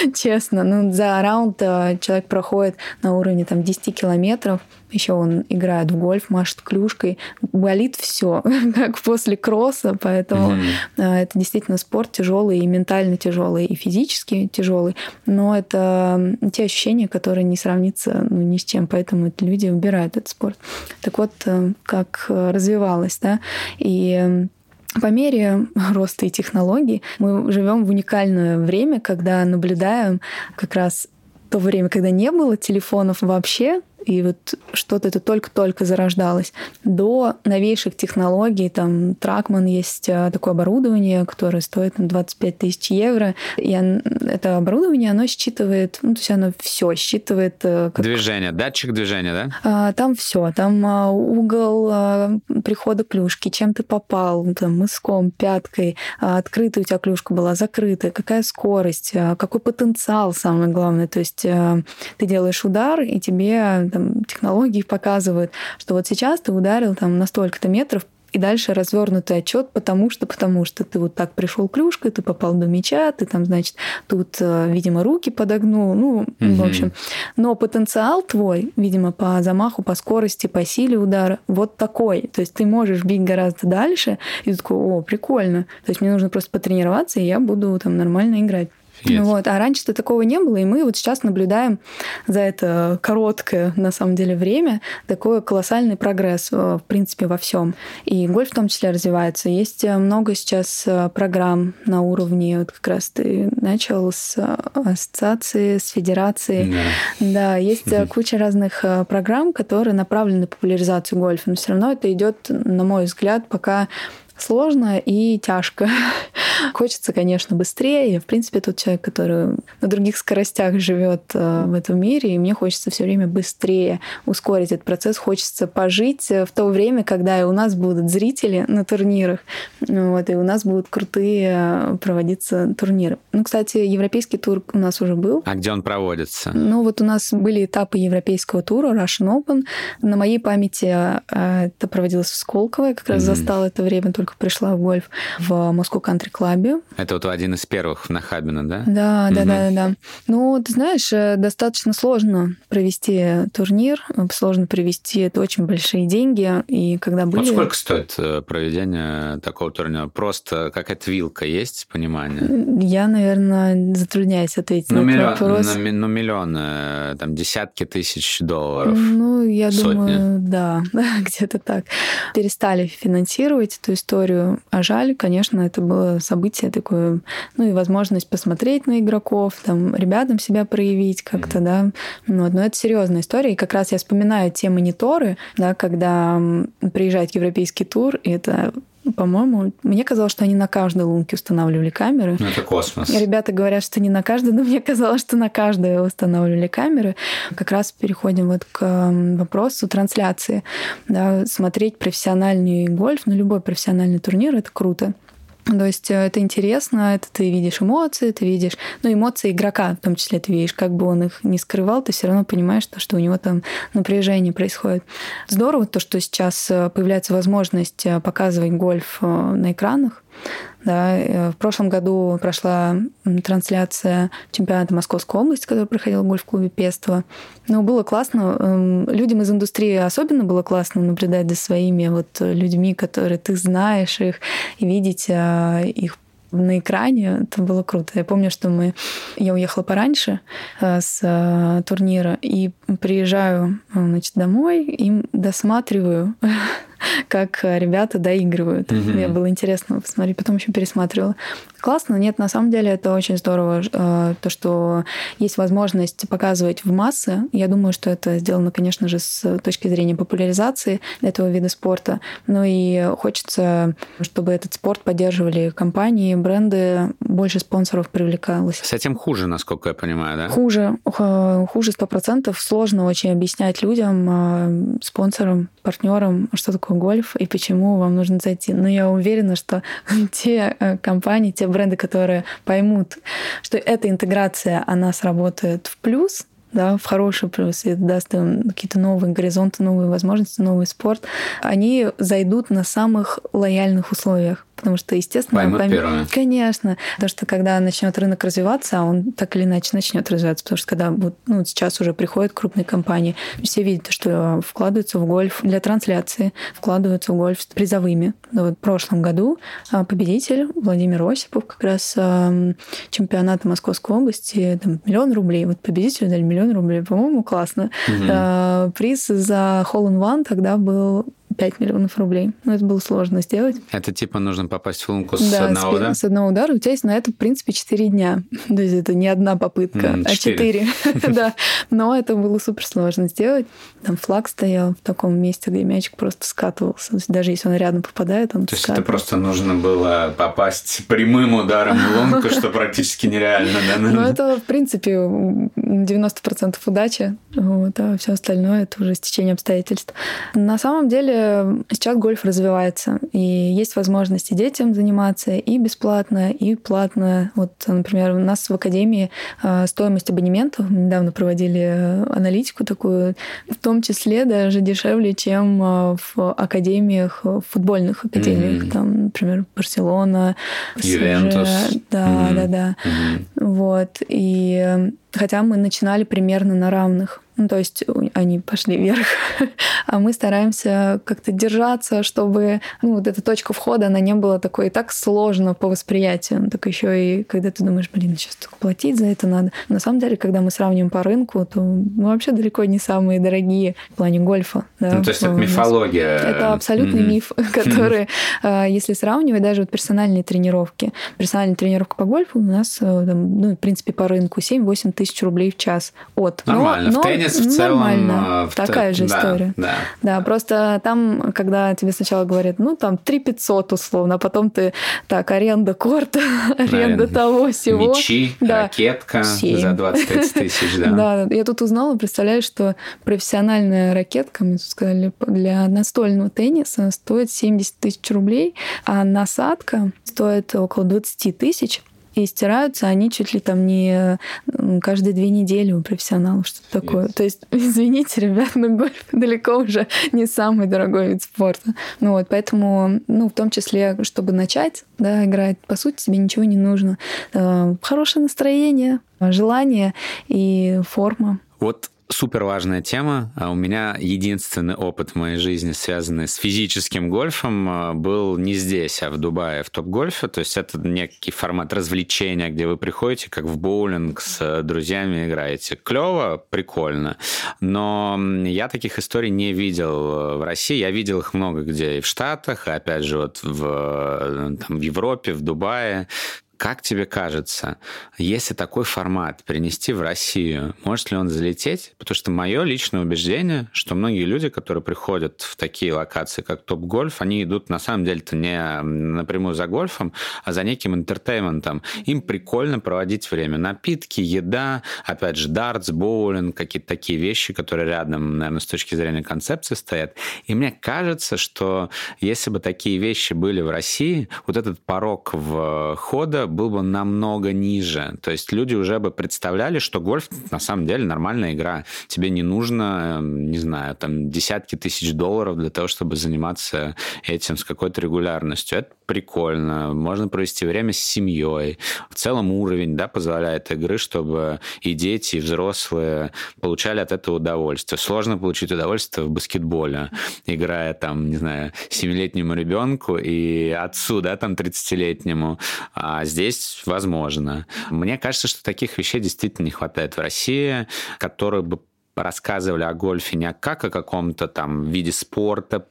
честно. За раунд человек проходит на уровне 10 километров, еще он играет в гольф, машет клюшкой, болит все, как после кросса, поэтому это действительно спорт тяжелый, и ментально тяжелый, и физически тяжелый, но это те ощущения, которые не сравнятся ни с чем, поэтому эти люди выбирают этот спорт. Так вот, как развивалось, да, и по мере роста и технологий мы живем в уникальное время, когда наблюдаем как раз то время, когда не было телефонов вообще, и вот что-то это только-только зарождалось, до новейших технологий. Там Trackman есть такое оборудование, которое стоит 25 тысяч евро. И это оборудование, оно считывает, то есть оно все считывает. Движение, датчик движения, да? Там все, там угол прихода клюшки, чем ты попал, там, мыском, пяткой, открытая у тебя клюшка была, закрытая, какая скорость, какой потенциал, самое главное. То есть ты делаешь удар, и тебе там технологии показывают, что вот сейчас ты ударил там на столько-то метров, и дальше развернутый отчет, потому что ты вот так пришел клюшкой, ты попал до мяча, ты там, значит, тут, видимо, руки подогнул, в общем. Но потенциал твой, видимо, по замаху, по скорости, по силе удара вот такой. То есть ты можешь бить гораздо дальше, и ты такой, прикольно. То есть мне нужно просто потренироваться, и я буду там нормально играть. Yes. Вот. А раньше-то такого не было, и мы вот сейчас наблюдаем за это короткое, на самом деле, время такой колоссальный прогресс, в принципе, во всем. И гольф в том числе развивается. Есть много сейчас программ на уровне, вот как раз ты начал с ассоциации, с федерации. Да, есть куча разных программ, которые направлены на популяризацию гольфа, но все равно это идет, на мой взгляд, пока сложно и тяжко. Хочется, конечно, быстрее. Я, в принципе, тот человек, который на других скоростях живет в этом мире, и мне хочется все время быстрее ускорить этот процесс. Хочется пожить в то время, когда и у нас будут зрители на турнирах, вот, и у нас будут крутые проводиться турниры. Кстати, европейский тур у нас уже был. А где он проводится? Вот у нас были этапы европейского тура, Russian Open. На моей памяти это проводилось в Сколково. Я как раз застала это время, только пришла в гольф в Moscow Country Club. Это вот один из первых в Нахабино, да? Да. Ну, ты знаешь, достаточно сложно провести турнир, сложно провести, это очень большие деньги, и когда были... Вот сколько стоит проведение такого турнира? Просто какая-то вилка есть, понимание? Я, наверное, затрудняюсь ответить на этот вопрос. Миллионы, там, десятки тысяч долларов. Я сотни. думаю, да, где-то так. Перестали финансировать эту историю, а жаль, конечно, это было событие такое, и возможность посмотреть на игроков, там, ребятам себя проявить как-то, да. Но это серьезная история, и как раз я вспоминаю те мониторы, да, когда приезжает европейский тур, и это... По-моему, мне казалось, что они на каждой лунке устанавливали камеры. Это космос. Ребята говорят, что не на каждой, но мне казалось, что на каждой устанавливали камеры. Как раз переходим вот к вопросу трансляции. Да, смотреть профессиональный гольф, любой профессиональный турнир — это круто. То есть это интересно, это ты видишь эмоции, ты видишь, эмоции игрока, в том числе ты видишь, как бы он их не скрывал, ты все равно понимаешь, что у него там напряжение происходит. Здорово то, что сейчас появляется возможность показывать гольф на экранах. Да, в прошлом году прошла трансляция чемпионата Московской области, который проходил в гольф-клубе Пестово. Было классно. Людям из индустрии особенно было классно наблюдать за своими людьми, которые ты знаешь их, и видеть их на экране. Это было круто. Я помню, что я уехала пораньше с турнира и приезжаю, домой и досматриваю, как ребята доигрывают. Мне было интересно посмотреть, потом еще пересматривала. Классно? Нет, на самом деле это очень здорово, то, что есть возможность показывать в массы. Я думаю, что это сделано, конечно же, с точки зрения популяризации этого вида спорта. И хочется, чтобы этот спорт поддерживали компании, бренды, больше спонсоров привлекалось. С этим хуже, насколько я понимаю, да? Хуже 100%. Сложно очень объяснять людям, спонсорам, партнерам, что такое гольф и почему вам нужно зайти. Но я уверена, что те компании, те бренды, которые поймут, что эта интеграция, она сработает в плюс, да, в хороший плюс, и это даст им какие-то новые горизонты, новые возможности, новый спорт, они зайдут на самых лояльных условиях. Потому что, естественно, первыми. Конечно. Потому что когда начнет рынок развиваться, а он так или иначе начнет развиваться, потому что когда сейчас уже приходят крупные компании, все видят, что вкладываются в гольф для трансляции, вкладываются в гольф с призовыми. В прошлом году победитель Владимир Осипов как раз чемпионата Московской области, там, 1 миллион рублей. Победителю дали 1 миллион рублей. По-моему, классно. Приз за Hole in One тогда был 5 миллионов рублей. Но это было сложно сделать. Это типа нужно попасть в лунку с одного удара? С одного удара. У тебя есть на это, в принципе, 4 дня. То есть это не одна попытка, а 4. Да. Но это было супер сложно сделать. Там флаг стоял в таком месте, где мячик просто скатывался. Даже если он рядом попадает, он скатывается. То есть это просто нужно было попасть прямым ударом в лунку, что практически нереально, да? Ну, это, в принципе, 90% удачи, а все остальное — это уже стечение обстоятельств. На самом деле сейчас гольф развивается, и есть возможности детям заниматься и бесплатно, и платно. Вот, например, у нас в академии стоимость абонементов, мы недавно проводили аналитику такую, в том числе даже дешевле, чем в академиях, в футбольных академиях. Там, например, Барселона, Ювентус. Да. Вот. И хотя мы начинали примерно на равных. Ну, то есть они пошли вверх, а мы стараемся как-то держаться, чтобы вот эта точка входа, она не была такой и так сложно по восприятию. Так еще и когда ты думаешь, сейчас только платить за это надо. На самом деле, когда мы сравниваем по рынку, то мы вообще далеко не самые дорогие в плане гольфа. Да? Ну, то есть это мифология. Это абсолютный миф, который, если сравнивать даже вот персональные тренировки. Персональная тренировка по гольфу у нас, в принципе, по рынку 7-8 тысяч рублей в час от. Нормально. В теннис в целом... Нормально. Такая же история. Да, просто там, когда тебе сначала говорят, там 3 500 условно, а потом ты так, аренда корта, аренда того всего. Мячи, ракетка 7. За 20-30 тысяч, да. Да, я тут узнала, представляешь, что профессиональная ракетка, мне тут сказали, для настольного тенниса стоит 70 тысяч рублей, а насадка стоит около 20 тысяч. И стираются они чуть ли там не каждые 2 недели у профессионалов, что-то такое. То есть, извините, ребят, но гольф далеко уже не самый дорогой вид спорта. Поэтому, в том числе, чтобы начать, играть, по сути, тебе ничего не нужно. Хорошее настроение, желание и форма. Вот супер важная тема. У меня единственный опыт в моей жизни, связанный с физическим гольфом, был не здесь, а в Дубае, в Топ-гольфе. То есть это некий формат развлечения, где вы приходите, как в боулинг, с друзьями играете. Клево, прикольно. Но я таких историй не видел в России. Я видел их много где и в Штатах, и опять же вот в Европе, в Дубае. Как тебе кажется, если такой формат принести в Россию, может ли он залететь? Потому что мое личное убеждение, что многие люди, которые приходят в такие локации, как Топ-гольф, они идут на самом деле-то не напрямую за гольфом, а за неким интертейментом. Им прикольно проводить время. Напитки, еда, опять же, дартс, боулинг, какие-то такие вещи, которые рядом, наверное, с точки зрения концепции стоят. И мне кажется, что если бы такие вещи были в России, вот этот порог входа был бы намного ниже. То есть люди уже бы представляли, что гольф на самом деле нормальная игра. Тебе не нужно, не знаю, десятки тысяч долларов для того, чтобы заниматься этим с какой-то регулярностью. Это прикольно. Можно провести время с семьей. В целом уровень, позволяет игры, чтобы и дети, и взрослые получали от этого удовольствие. Сложно получить удовольствие в баскетболе, играя 7-летнему ребенку и отцу, 30-летнему. А здесь возможно. Мне кажется, что таких вещей действительно не хватает в России, которые бы рассказывали о гольфе не как о каком-то виде спорта,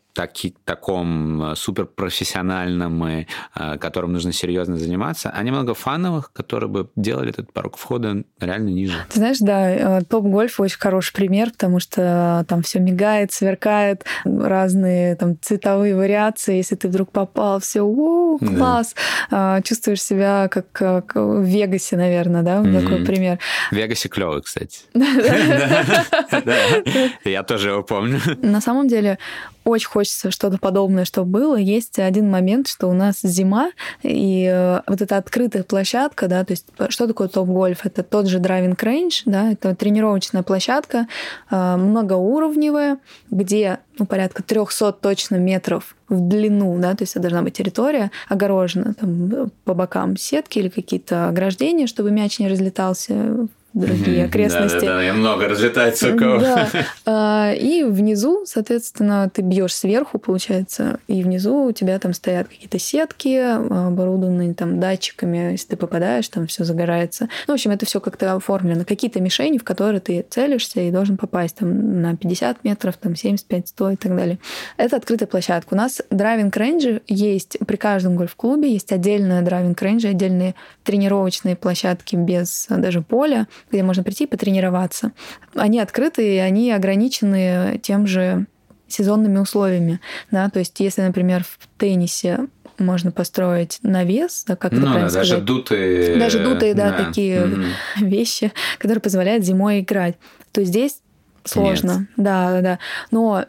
таком суперпрофессиональном, и которым нужно серьезно заниматься, а немного фановых, которые бы делали этот порог входа реально ниже. Ты знаешь, да, Топ-гольф очень хороший пример, потому что там все мигает, сверкает, разные цветовые вариации. Если ты вдруг попал, все, класс! Да. Чувствуешь себя как в Вегасе, наверное, да? Такой пример. В Вегасе клёвый, кстати. Я тоже его помню. На самом деле, очень хочется что-то подобное, чтобы было. Есть один момент, что у нас зима, и вот эта открытая площадка, то есть что такое Топ-гольф? Это тот же драйвинг рейндж, это тренировочная площадка, многоуровневая, где порядка 300 точно метров в длину, то есть это должна быть территория огорожена, по бокам сетки или какие-то ограждения, чтобы мяч не разлетался другие окрестности. Да, и много разлетает цуков. Да. И внизу, соответственно, ты бьешь сверху, получается, и внизу у тебя там стоят какие-то сетки, оборудованные там датчиками, если ты попадаешь, там все загорается. Ну, в общем, это все как-то оформлено. Какие-то мишени, в которые ты целишься и должен попасть там на 50 метров, там 75, 100 и так далее. Это открытая площадка. У нас драйвинг-рейнджи есть при каждом гольф-клубе, есть отдельные драйвинг-рейнджи, отдельные тренировочные площадки без даже поля, где можно прийти и потренироваться. Они открыты, и они ограничены тем же сезонными условиями. Да? То есть, если, например, в теннисе можно построить навес, да, как это правильно сказать? Даже дутые, да, такие вещи, которые позволяют зимой играть. То здесь сложно. Нет. Да. Но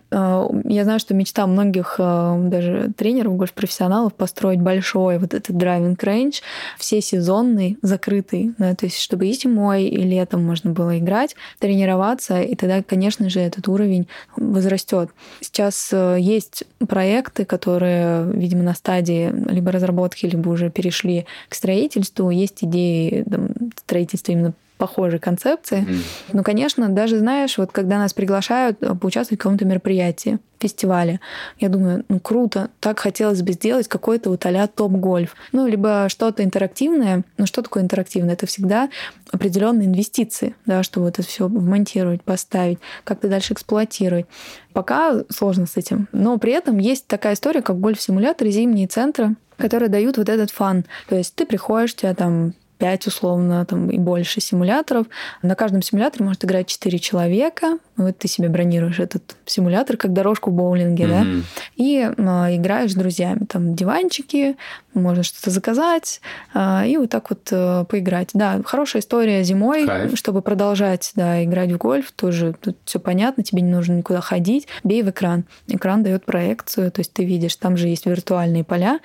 я знаю, что мечта многих даже тренеров, гольф-профессионалов построить большой вот этот драйвинг-рейндж, всесезонный, закрытый, да, то есть чтобы и зимой, и летом можно было играть, тренироваться, и тогда, конечно же, этот уровень возрастет. Сейчас есть проекты, которые, видимо, на стадии либо разработки, либо уже перешли к строительству. Есть идеи строительства именно похожей концепции. Но, конечно, даже, знаешь, вот когда нас приглашают поучаствовать в каком-то мероприятии, фестивале, я думаю, круто, так хотелось бы сделать какой-то вот а-ля топ-гольф. Либо что-то интерактивное. Что такое интерактивное? Это всегда определенные инвестиции, да, чтобы это все вмонтировать, поставить, как-то дальше эксплуатировать. Пока сложно с этим. Но при этом есть такая история, как гольф-симуляторы, зимние центры, которые дают вот этот фан. То есть ты приходишь, у тебя там 5 условно там, и больше симуляторов. На каждом симуляторе может играть 4 человека. Вот ты себе бронируешь этот симулятор, как дорожку в боулинге, да, и играешь с друзьями. Там диванчики, можно что-то заказать, и вот так вот поиграть. Да, хорошая история зимой, чтобы продолжать, да, играть в гольф. Тоже тут все понятно, тебе не нужно никуда ходить. Бей в экран. Экран дает проекцию, то есть ты видишь, там же есть виртуальные поля,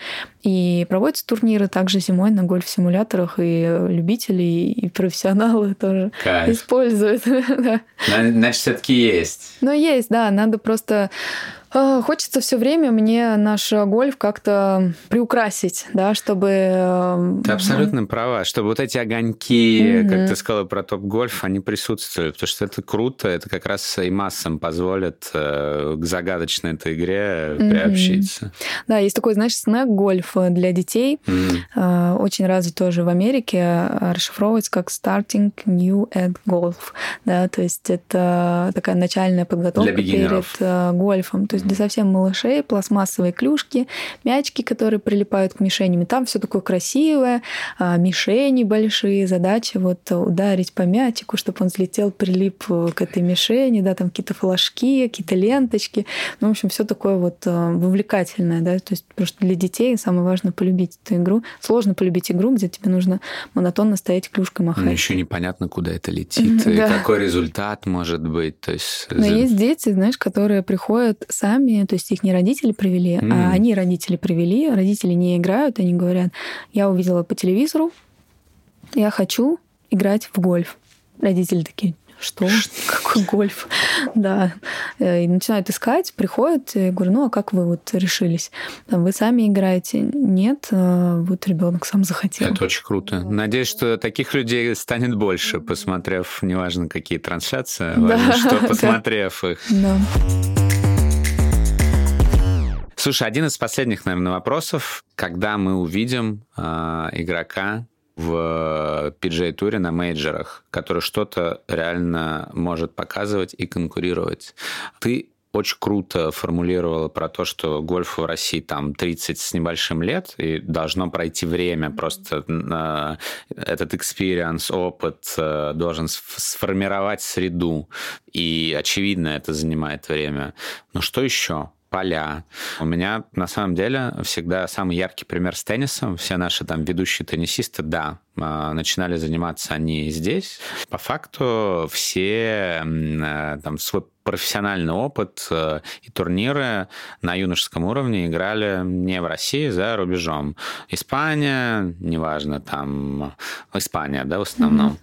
и проводятся турниры также зимой на гольф-симуляторах, и любители, и профессионалы тоже используют. Значит, все-таки есть. Есть, да. Надо просто... Хочется все время мне наш гольф как-то приукрасить, да, чтобы... Ты абсолютно права, чтобы вот эти огоньки, как ты сказала про топ-гольф, они присутствовали, потому что это круто, это как раз и массам позволит к загадочной этой игре приобщиться. Да, есть такой, знаешь, снэк-гольф для детей, очень развит тоже в Америке, расшифровывается как Starting New at Golf, да, то есть это такая начальная подготовка перед гольфом, то есть для совсем малышей, пластмассовые клюшки, мячики, которые прилипают к мишеням. И там все такое красивое, мишени большие, задача вот ударить по мячику, чтобы он взлетел, прилип к этой мишени, да, там какие-то флажки, какие-то ленточки. В общем, все такое вот вовлекательное, да, то есть просто для детей самое важное полюбить эту игру. Сложно полюбить игру, где тебе нужно монотонно стоять клюшкой махать. Еще непонятно, куда это летит, и какой результат может быть. То есть... Но есть дети, знаешь, которые приходят сами, то есть их не родители привели, а они родители привели, родители не играют, они говорят, я увидела по телевизору, я хочу играть в гольф. Родители такие, что? Какой гольф? Да. И начинают искать, приходят, и говорю, а как вы вот решились? Вы сами играете? Нет, вот ребенок сам захотел. Это очень круто. Надеюсь, что таких людей станет больше, посмотрев, неважно, какие трансляции, важно, что посмотрев их. Да. Слушай, один из последних, наверное, вопросов. Когда мы увидим игрока в PGA-туре на мейджорах, который что-то реально может показывать и конкурировать? Ты очень круто формулировала про то, что гольфу в России там 30 с небольшим лет, и должно пройти время, просто этот experience, опыт должен сформировать среду, и, очевидно, это занимает время. Но что еще? Поля. У меня, на самом деле, всегда самый яркий пример с теннисом. Все наши там ведущие теннисисты, да, начинали заниматься они здесь. По факту все там свой профессиональный опыт и турниры на юношеском уровне играли не в России, за рубежом. Испания, неважно, там Испания, да, в основном.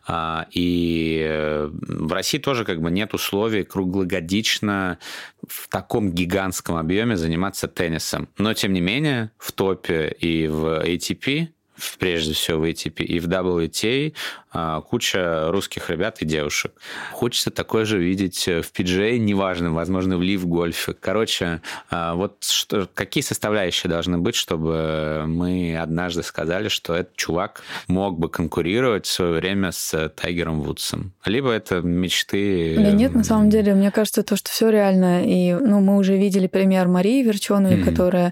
И в России тоже как бы нет условий круглогодично в таком гигантском объеме заниматься теннисом. Но, тем не менее, в топе и в ATP прежде всего в ATP и в WTA, куча русских ребят и девушек. Хочется такое же видеть в PGA, неважно, возможно, в LIV-гольфе. Короче, вот какие составляющие должны быть, чтобы мы однажды сказали, что этот чувак мог бы конкурировать в свое время с Тайгером Вудсом? Либо это мечты... Да нет, на самом деле, мне кажется, то, что все реально. И мы уже видели пример Марии Верченовой, которая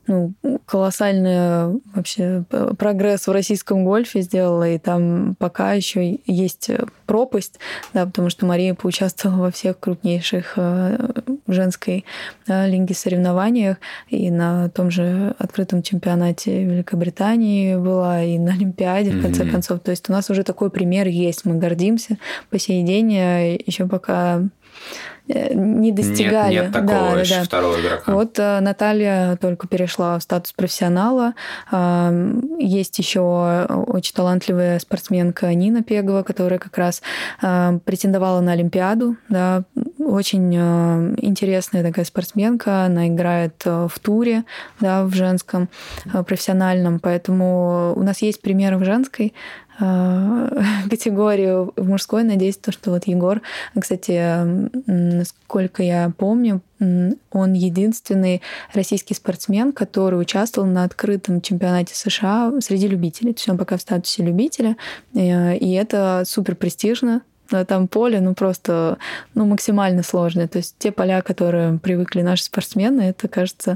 колоссальный вообще прогресс в российском гольфе сделала, и там пока еще есть пропасть, да, потому что Мария поучаствовала во всех крупнейших женской лиге соревнованиях, и на том же открытом чемпионате Великобритании была, и на Олимпиаде, в конце концов. То есть у нас уже такой пример есть, мы гордимся по сей день, еще пока не достигали. Нет такого еще второго игрока. Вот Наталья только перешла в статус профессионала. Есть еще очень талантливая спортсменка Нина Пегова, которая как раз претендовала на Олимпиаду. Да. Очень интересная такая спортсменка. Она играет в туре, да, в женском профессиональном. Поэтому у нас есть примеры в женской категорию, в мужской. Надеюсь, что вот Егор, кстати, насколько я помню, он единственный российский спортсмен, который участвовал на открытом чемпионате США среди любителей. То есть он пока в статусе любителя, и это супер престижно. Там поле, просто максимально сложное. То есть те поля, которые привыкли наши спортсмены, это, кажется,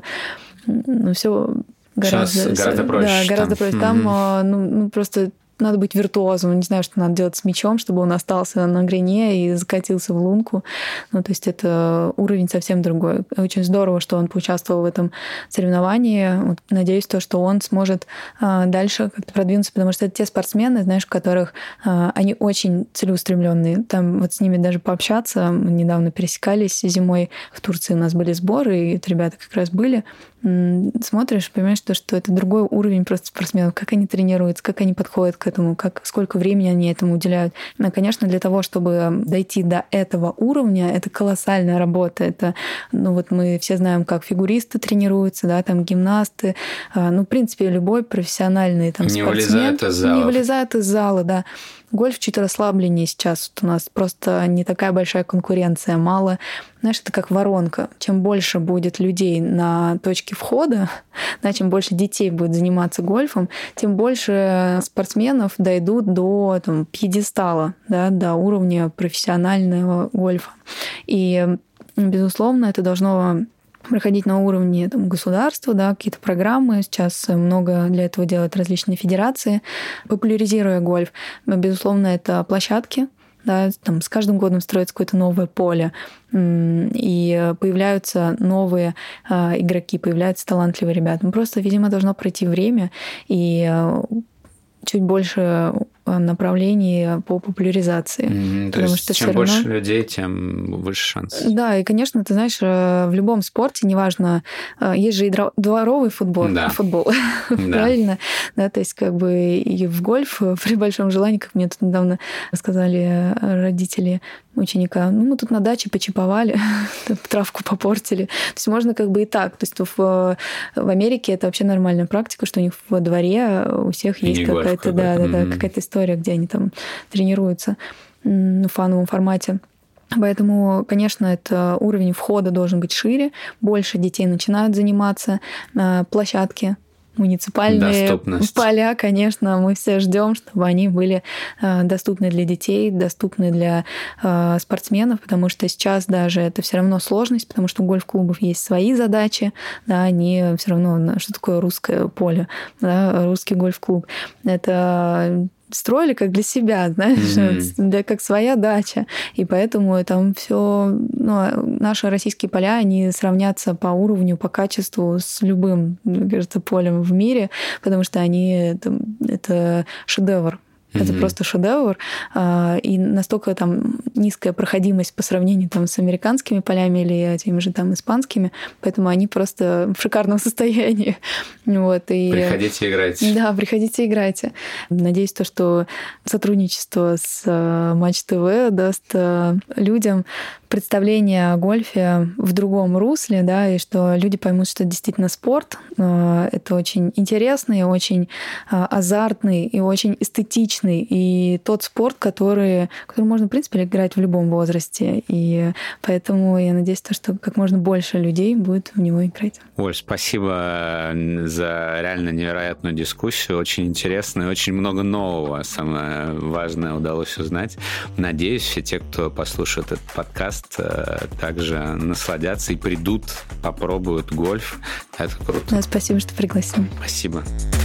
все гораздо проще. Да, гораздо проще. Там, просто надо быть виртуозом. Не знаю, что надо делать с мячом, чтобы он остался на грине и закатился в лунку. То есть это уровень совсем другой. Очень здорово, что он поучаствовал в этом соревновании. Надеюсь, что он сможет дальше как-то продвинуться, потому что это те спортсмены, знаешь, у которых они очень целеустремленные. Там вот с ними даже пообщаться. Мы недавно пересекались зимой в Турции, у нас были сборы, и это ребята как раз были. Смотришь, понимаешь, что это другой уровень просто спортсменов, как они тренируются, как они подходят к этому, сколько времени они этому уделяют. Но, конечно, для того, чтобы дойти до этого уровня, это колоссальная работа. Это, мы все знаем, как фигуристы тренируются, да, там гимнасты. В принципе, любой профессиональный спортсмен не вылезает из зала, да. Гольф чуть расслабленнее сейчас. Вот у нас просто не такая большая конкуренция, мало. Знаешь, это как воронка. Чем больше будет людей на точке входа, да, чем больше детей будет заниматься гольфом, тем больше спортсменов дойдут до пьедестала, да, до уровня профессионального гольфа. И, безусловно, это должно проходить на уровне государства, да, какие-то программы. Сейчас много для этого делают различные федерации, популяризируя гольф. Безусловно, это площадки. Да, с каждым годом строится какое-то новое поле, и появляются новые игроки, появляются талантливые ребята. Просто, видимо, должно пройти время и чуть больше направлений по популяризации. То есть чем больше людей, тем выше шанс. Да, и, конечно, ты знаешь, в любом спорте, неважно, есть же и дворовый футбол, правильно? Да, то есть и в гольф при большом желании, как мне тут недавно сказали родители ученика, мы тут на даче почиповали, травку попортили. То есть можно и так. То есть в Америке это вообще нормальная практика, что у них во дворе у всех есть какая-то, какая-то история, где они там тренируются в фановом формате. Поэтому, конечно, это уровень входа должен быть шире, больше детей начинают заниматься, площадки муниципальные поля, конечно, мы все ждем, чтобы они были доступны для детей, доступны для спортсменов, потому что сейчас даже это все равно сложность, потому что у гольф-клубов есть свои задачи, да, они все равно, что такое русское поле, да, русский гольф-клуб. Это строили как для себя, знаешь, как своя дача. И поэтому там все, наши российские поля, они сравнятся по уровню, по качеству с любым, мне кажется, полем в мире, потому что они это шедевр. Это просто шедевр. И настолько там низкая проходимость по сравнению там с американскими полями или теми же там испанскими, поэтому они просто в шикарном состоянии. Вот, и... Приходите, играйте. Да, приходите, играйте. Надеюсь, что сотрудничество с Матч ТВ даст людям представление о гольфе в другом русле, да, и что люди поймут, что это действительно спорт. Это очень интересный, очень азартный и очень эстетичный. И тот спорт, который можно, в принципе, играть в любом возрасте. И поэтому я надеюсь, что как можно больше людей будет в него играть. Оль, спасибо за реально невероятную дискуссию. Очень интересно и очень много нового, самое важное, удалось узнать. Надеюсь, все те, кто послушает этот подкаст, также насладятся и придут, попробуют гольф. Это круто. Да, спасибо, что пригласил. Спасибо.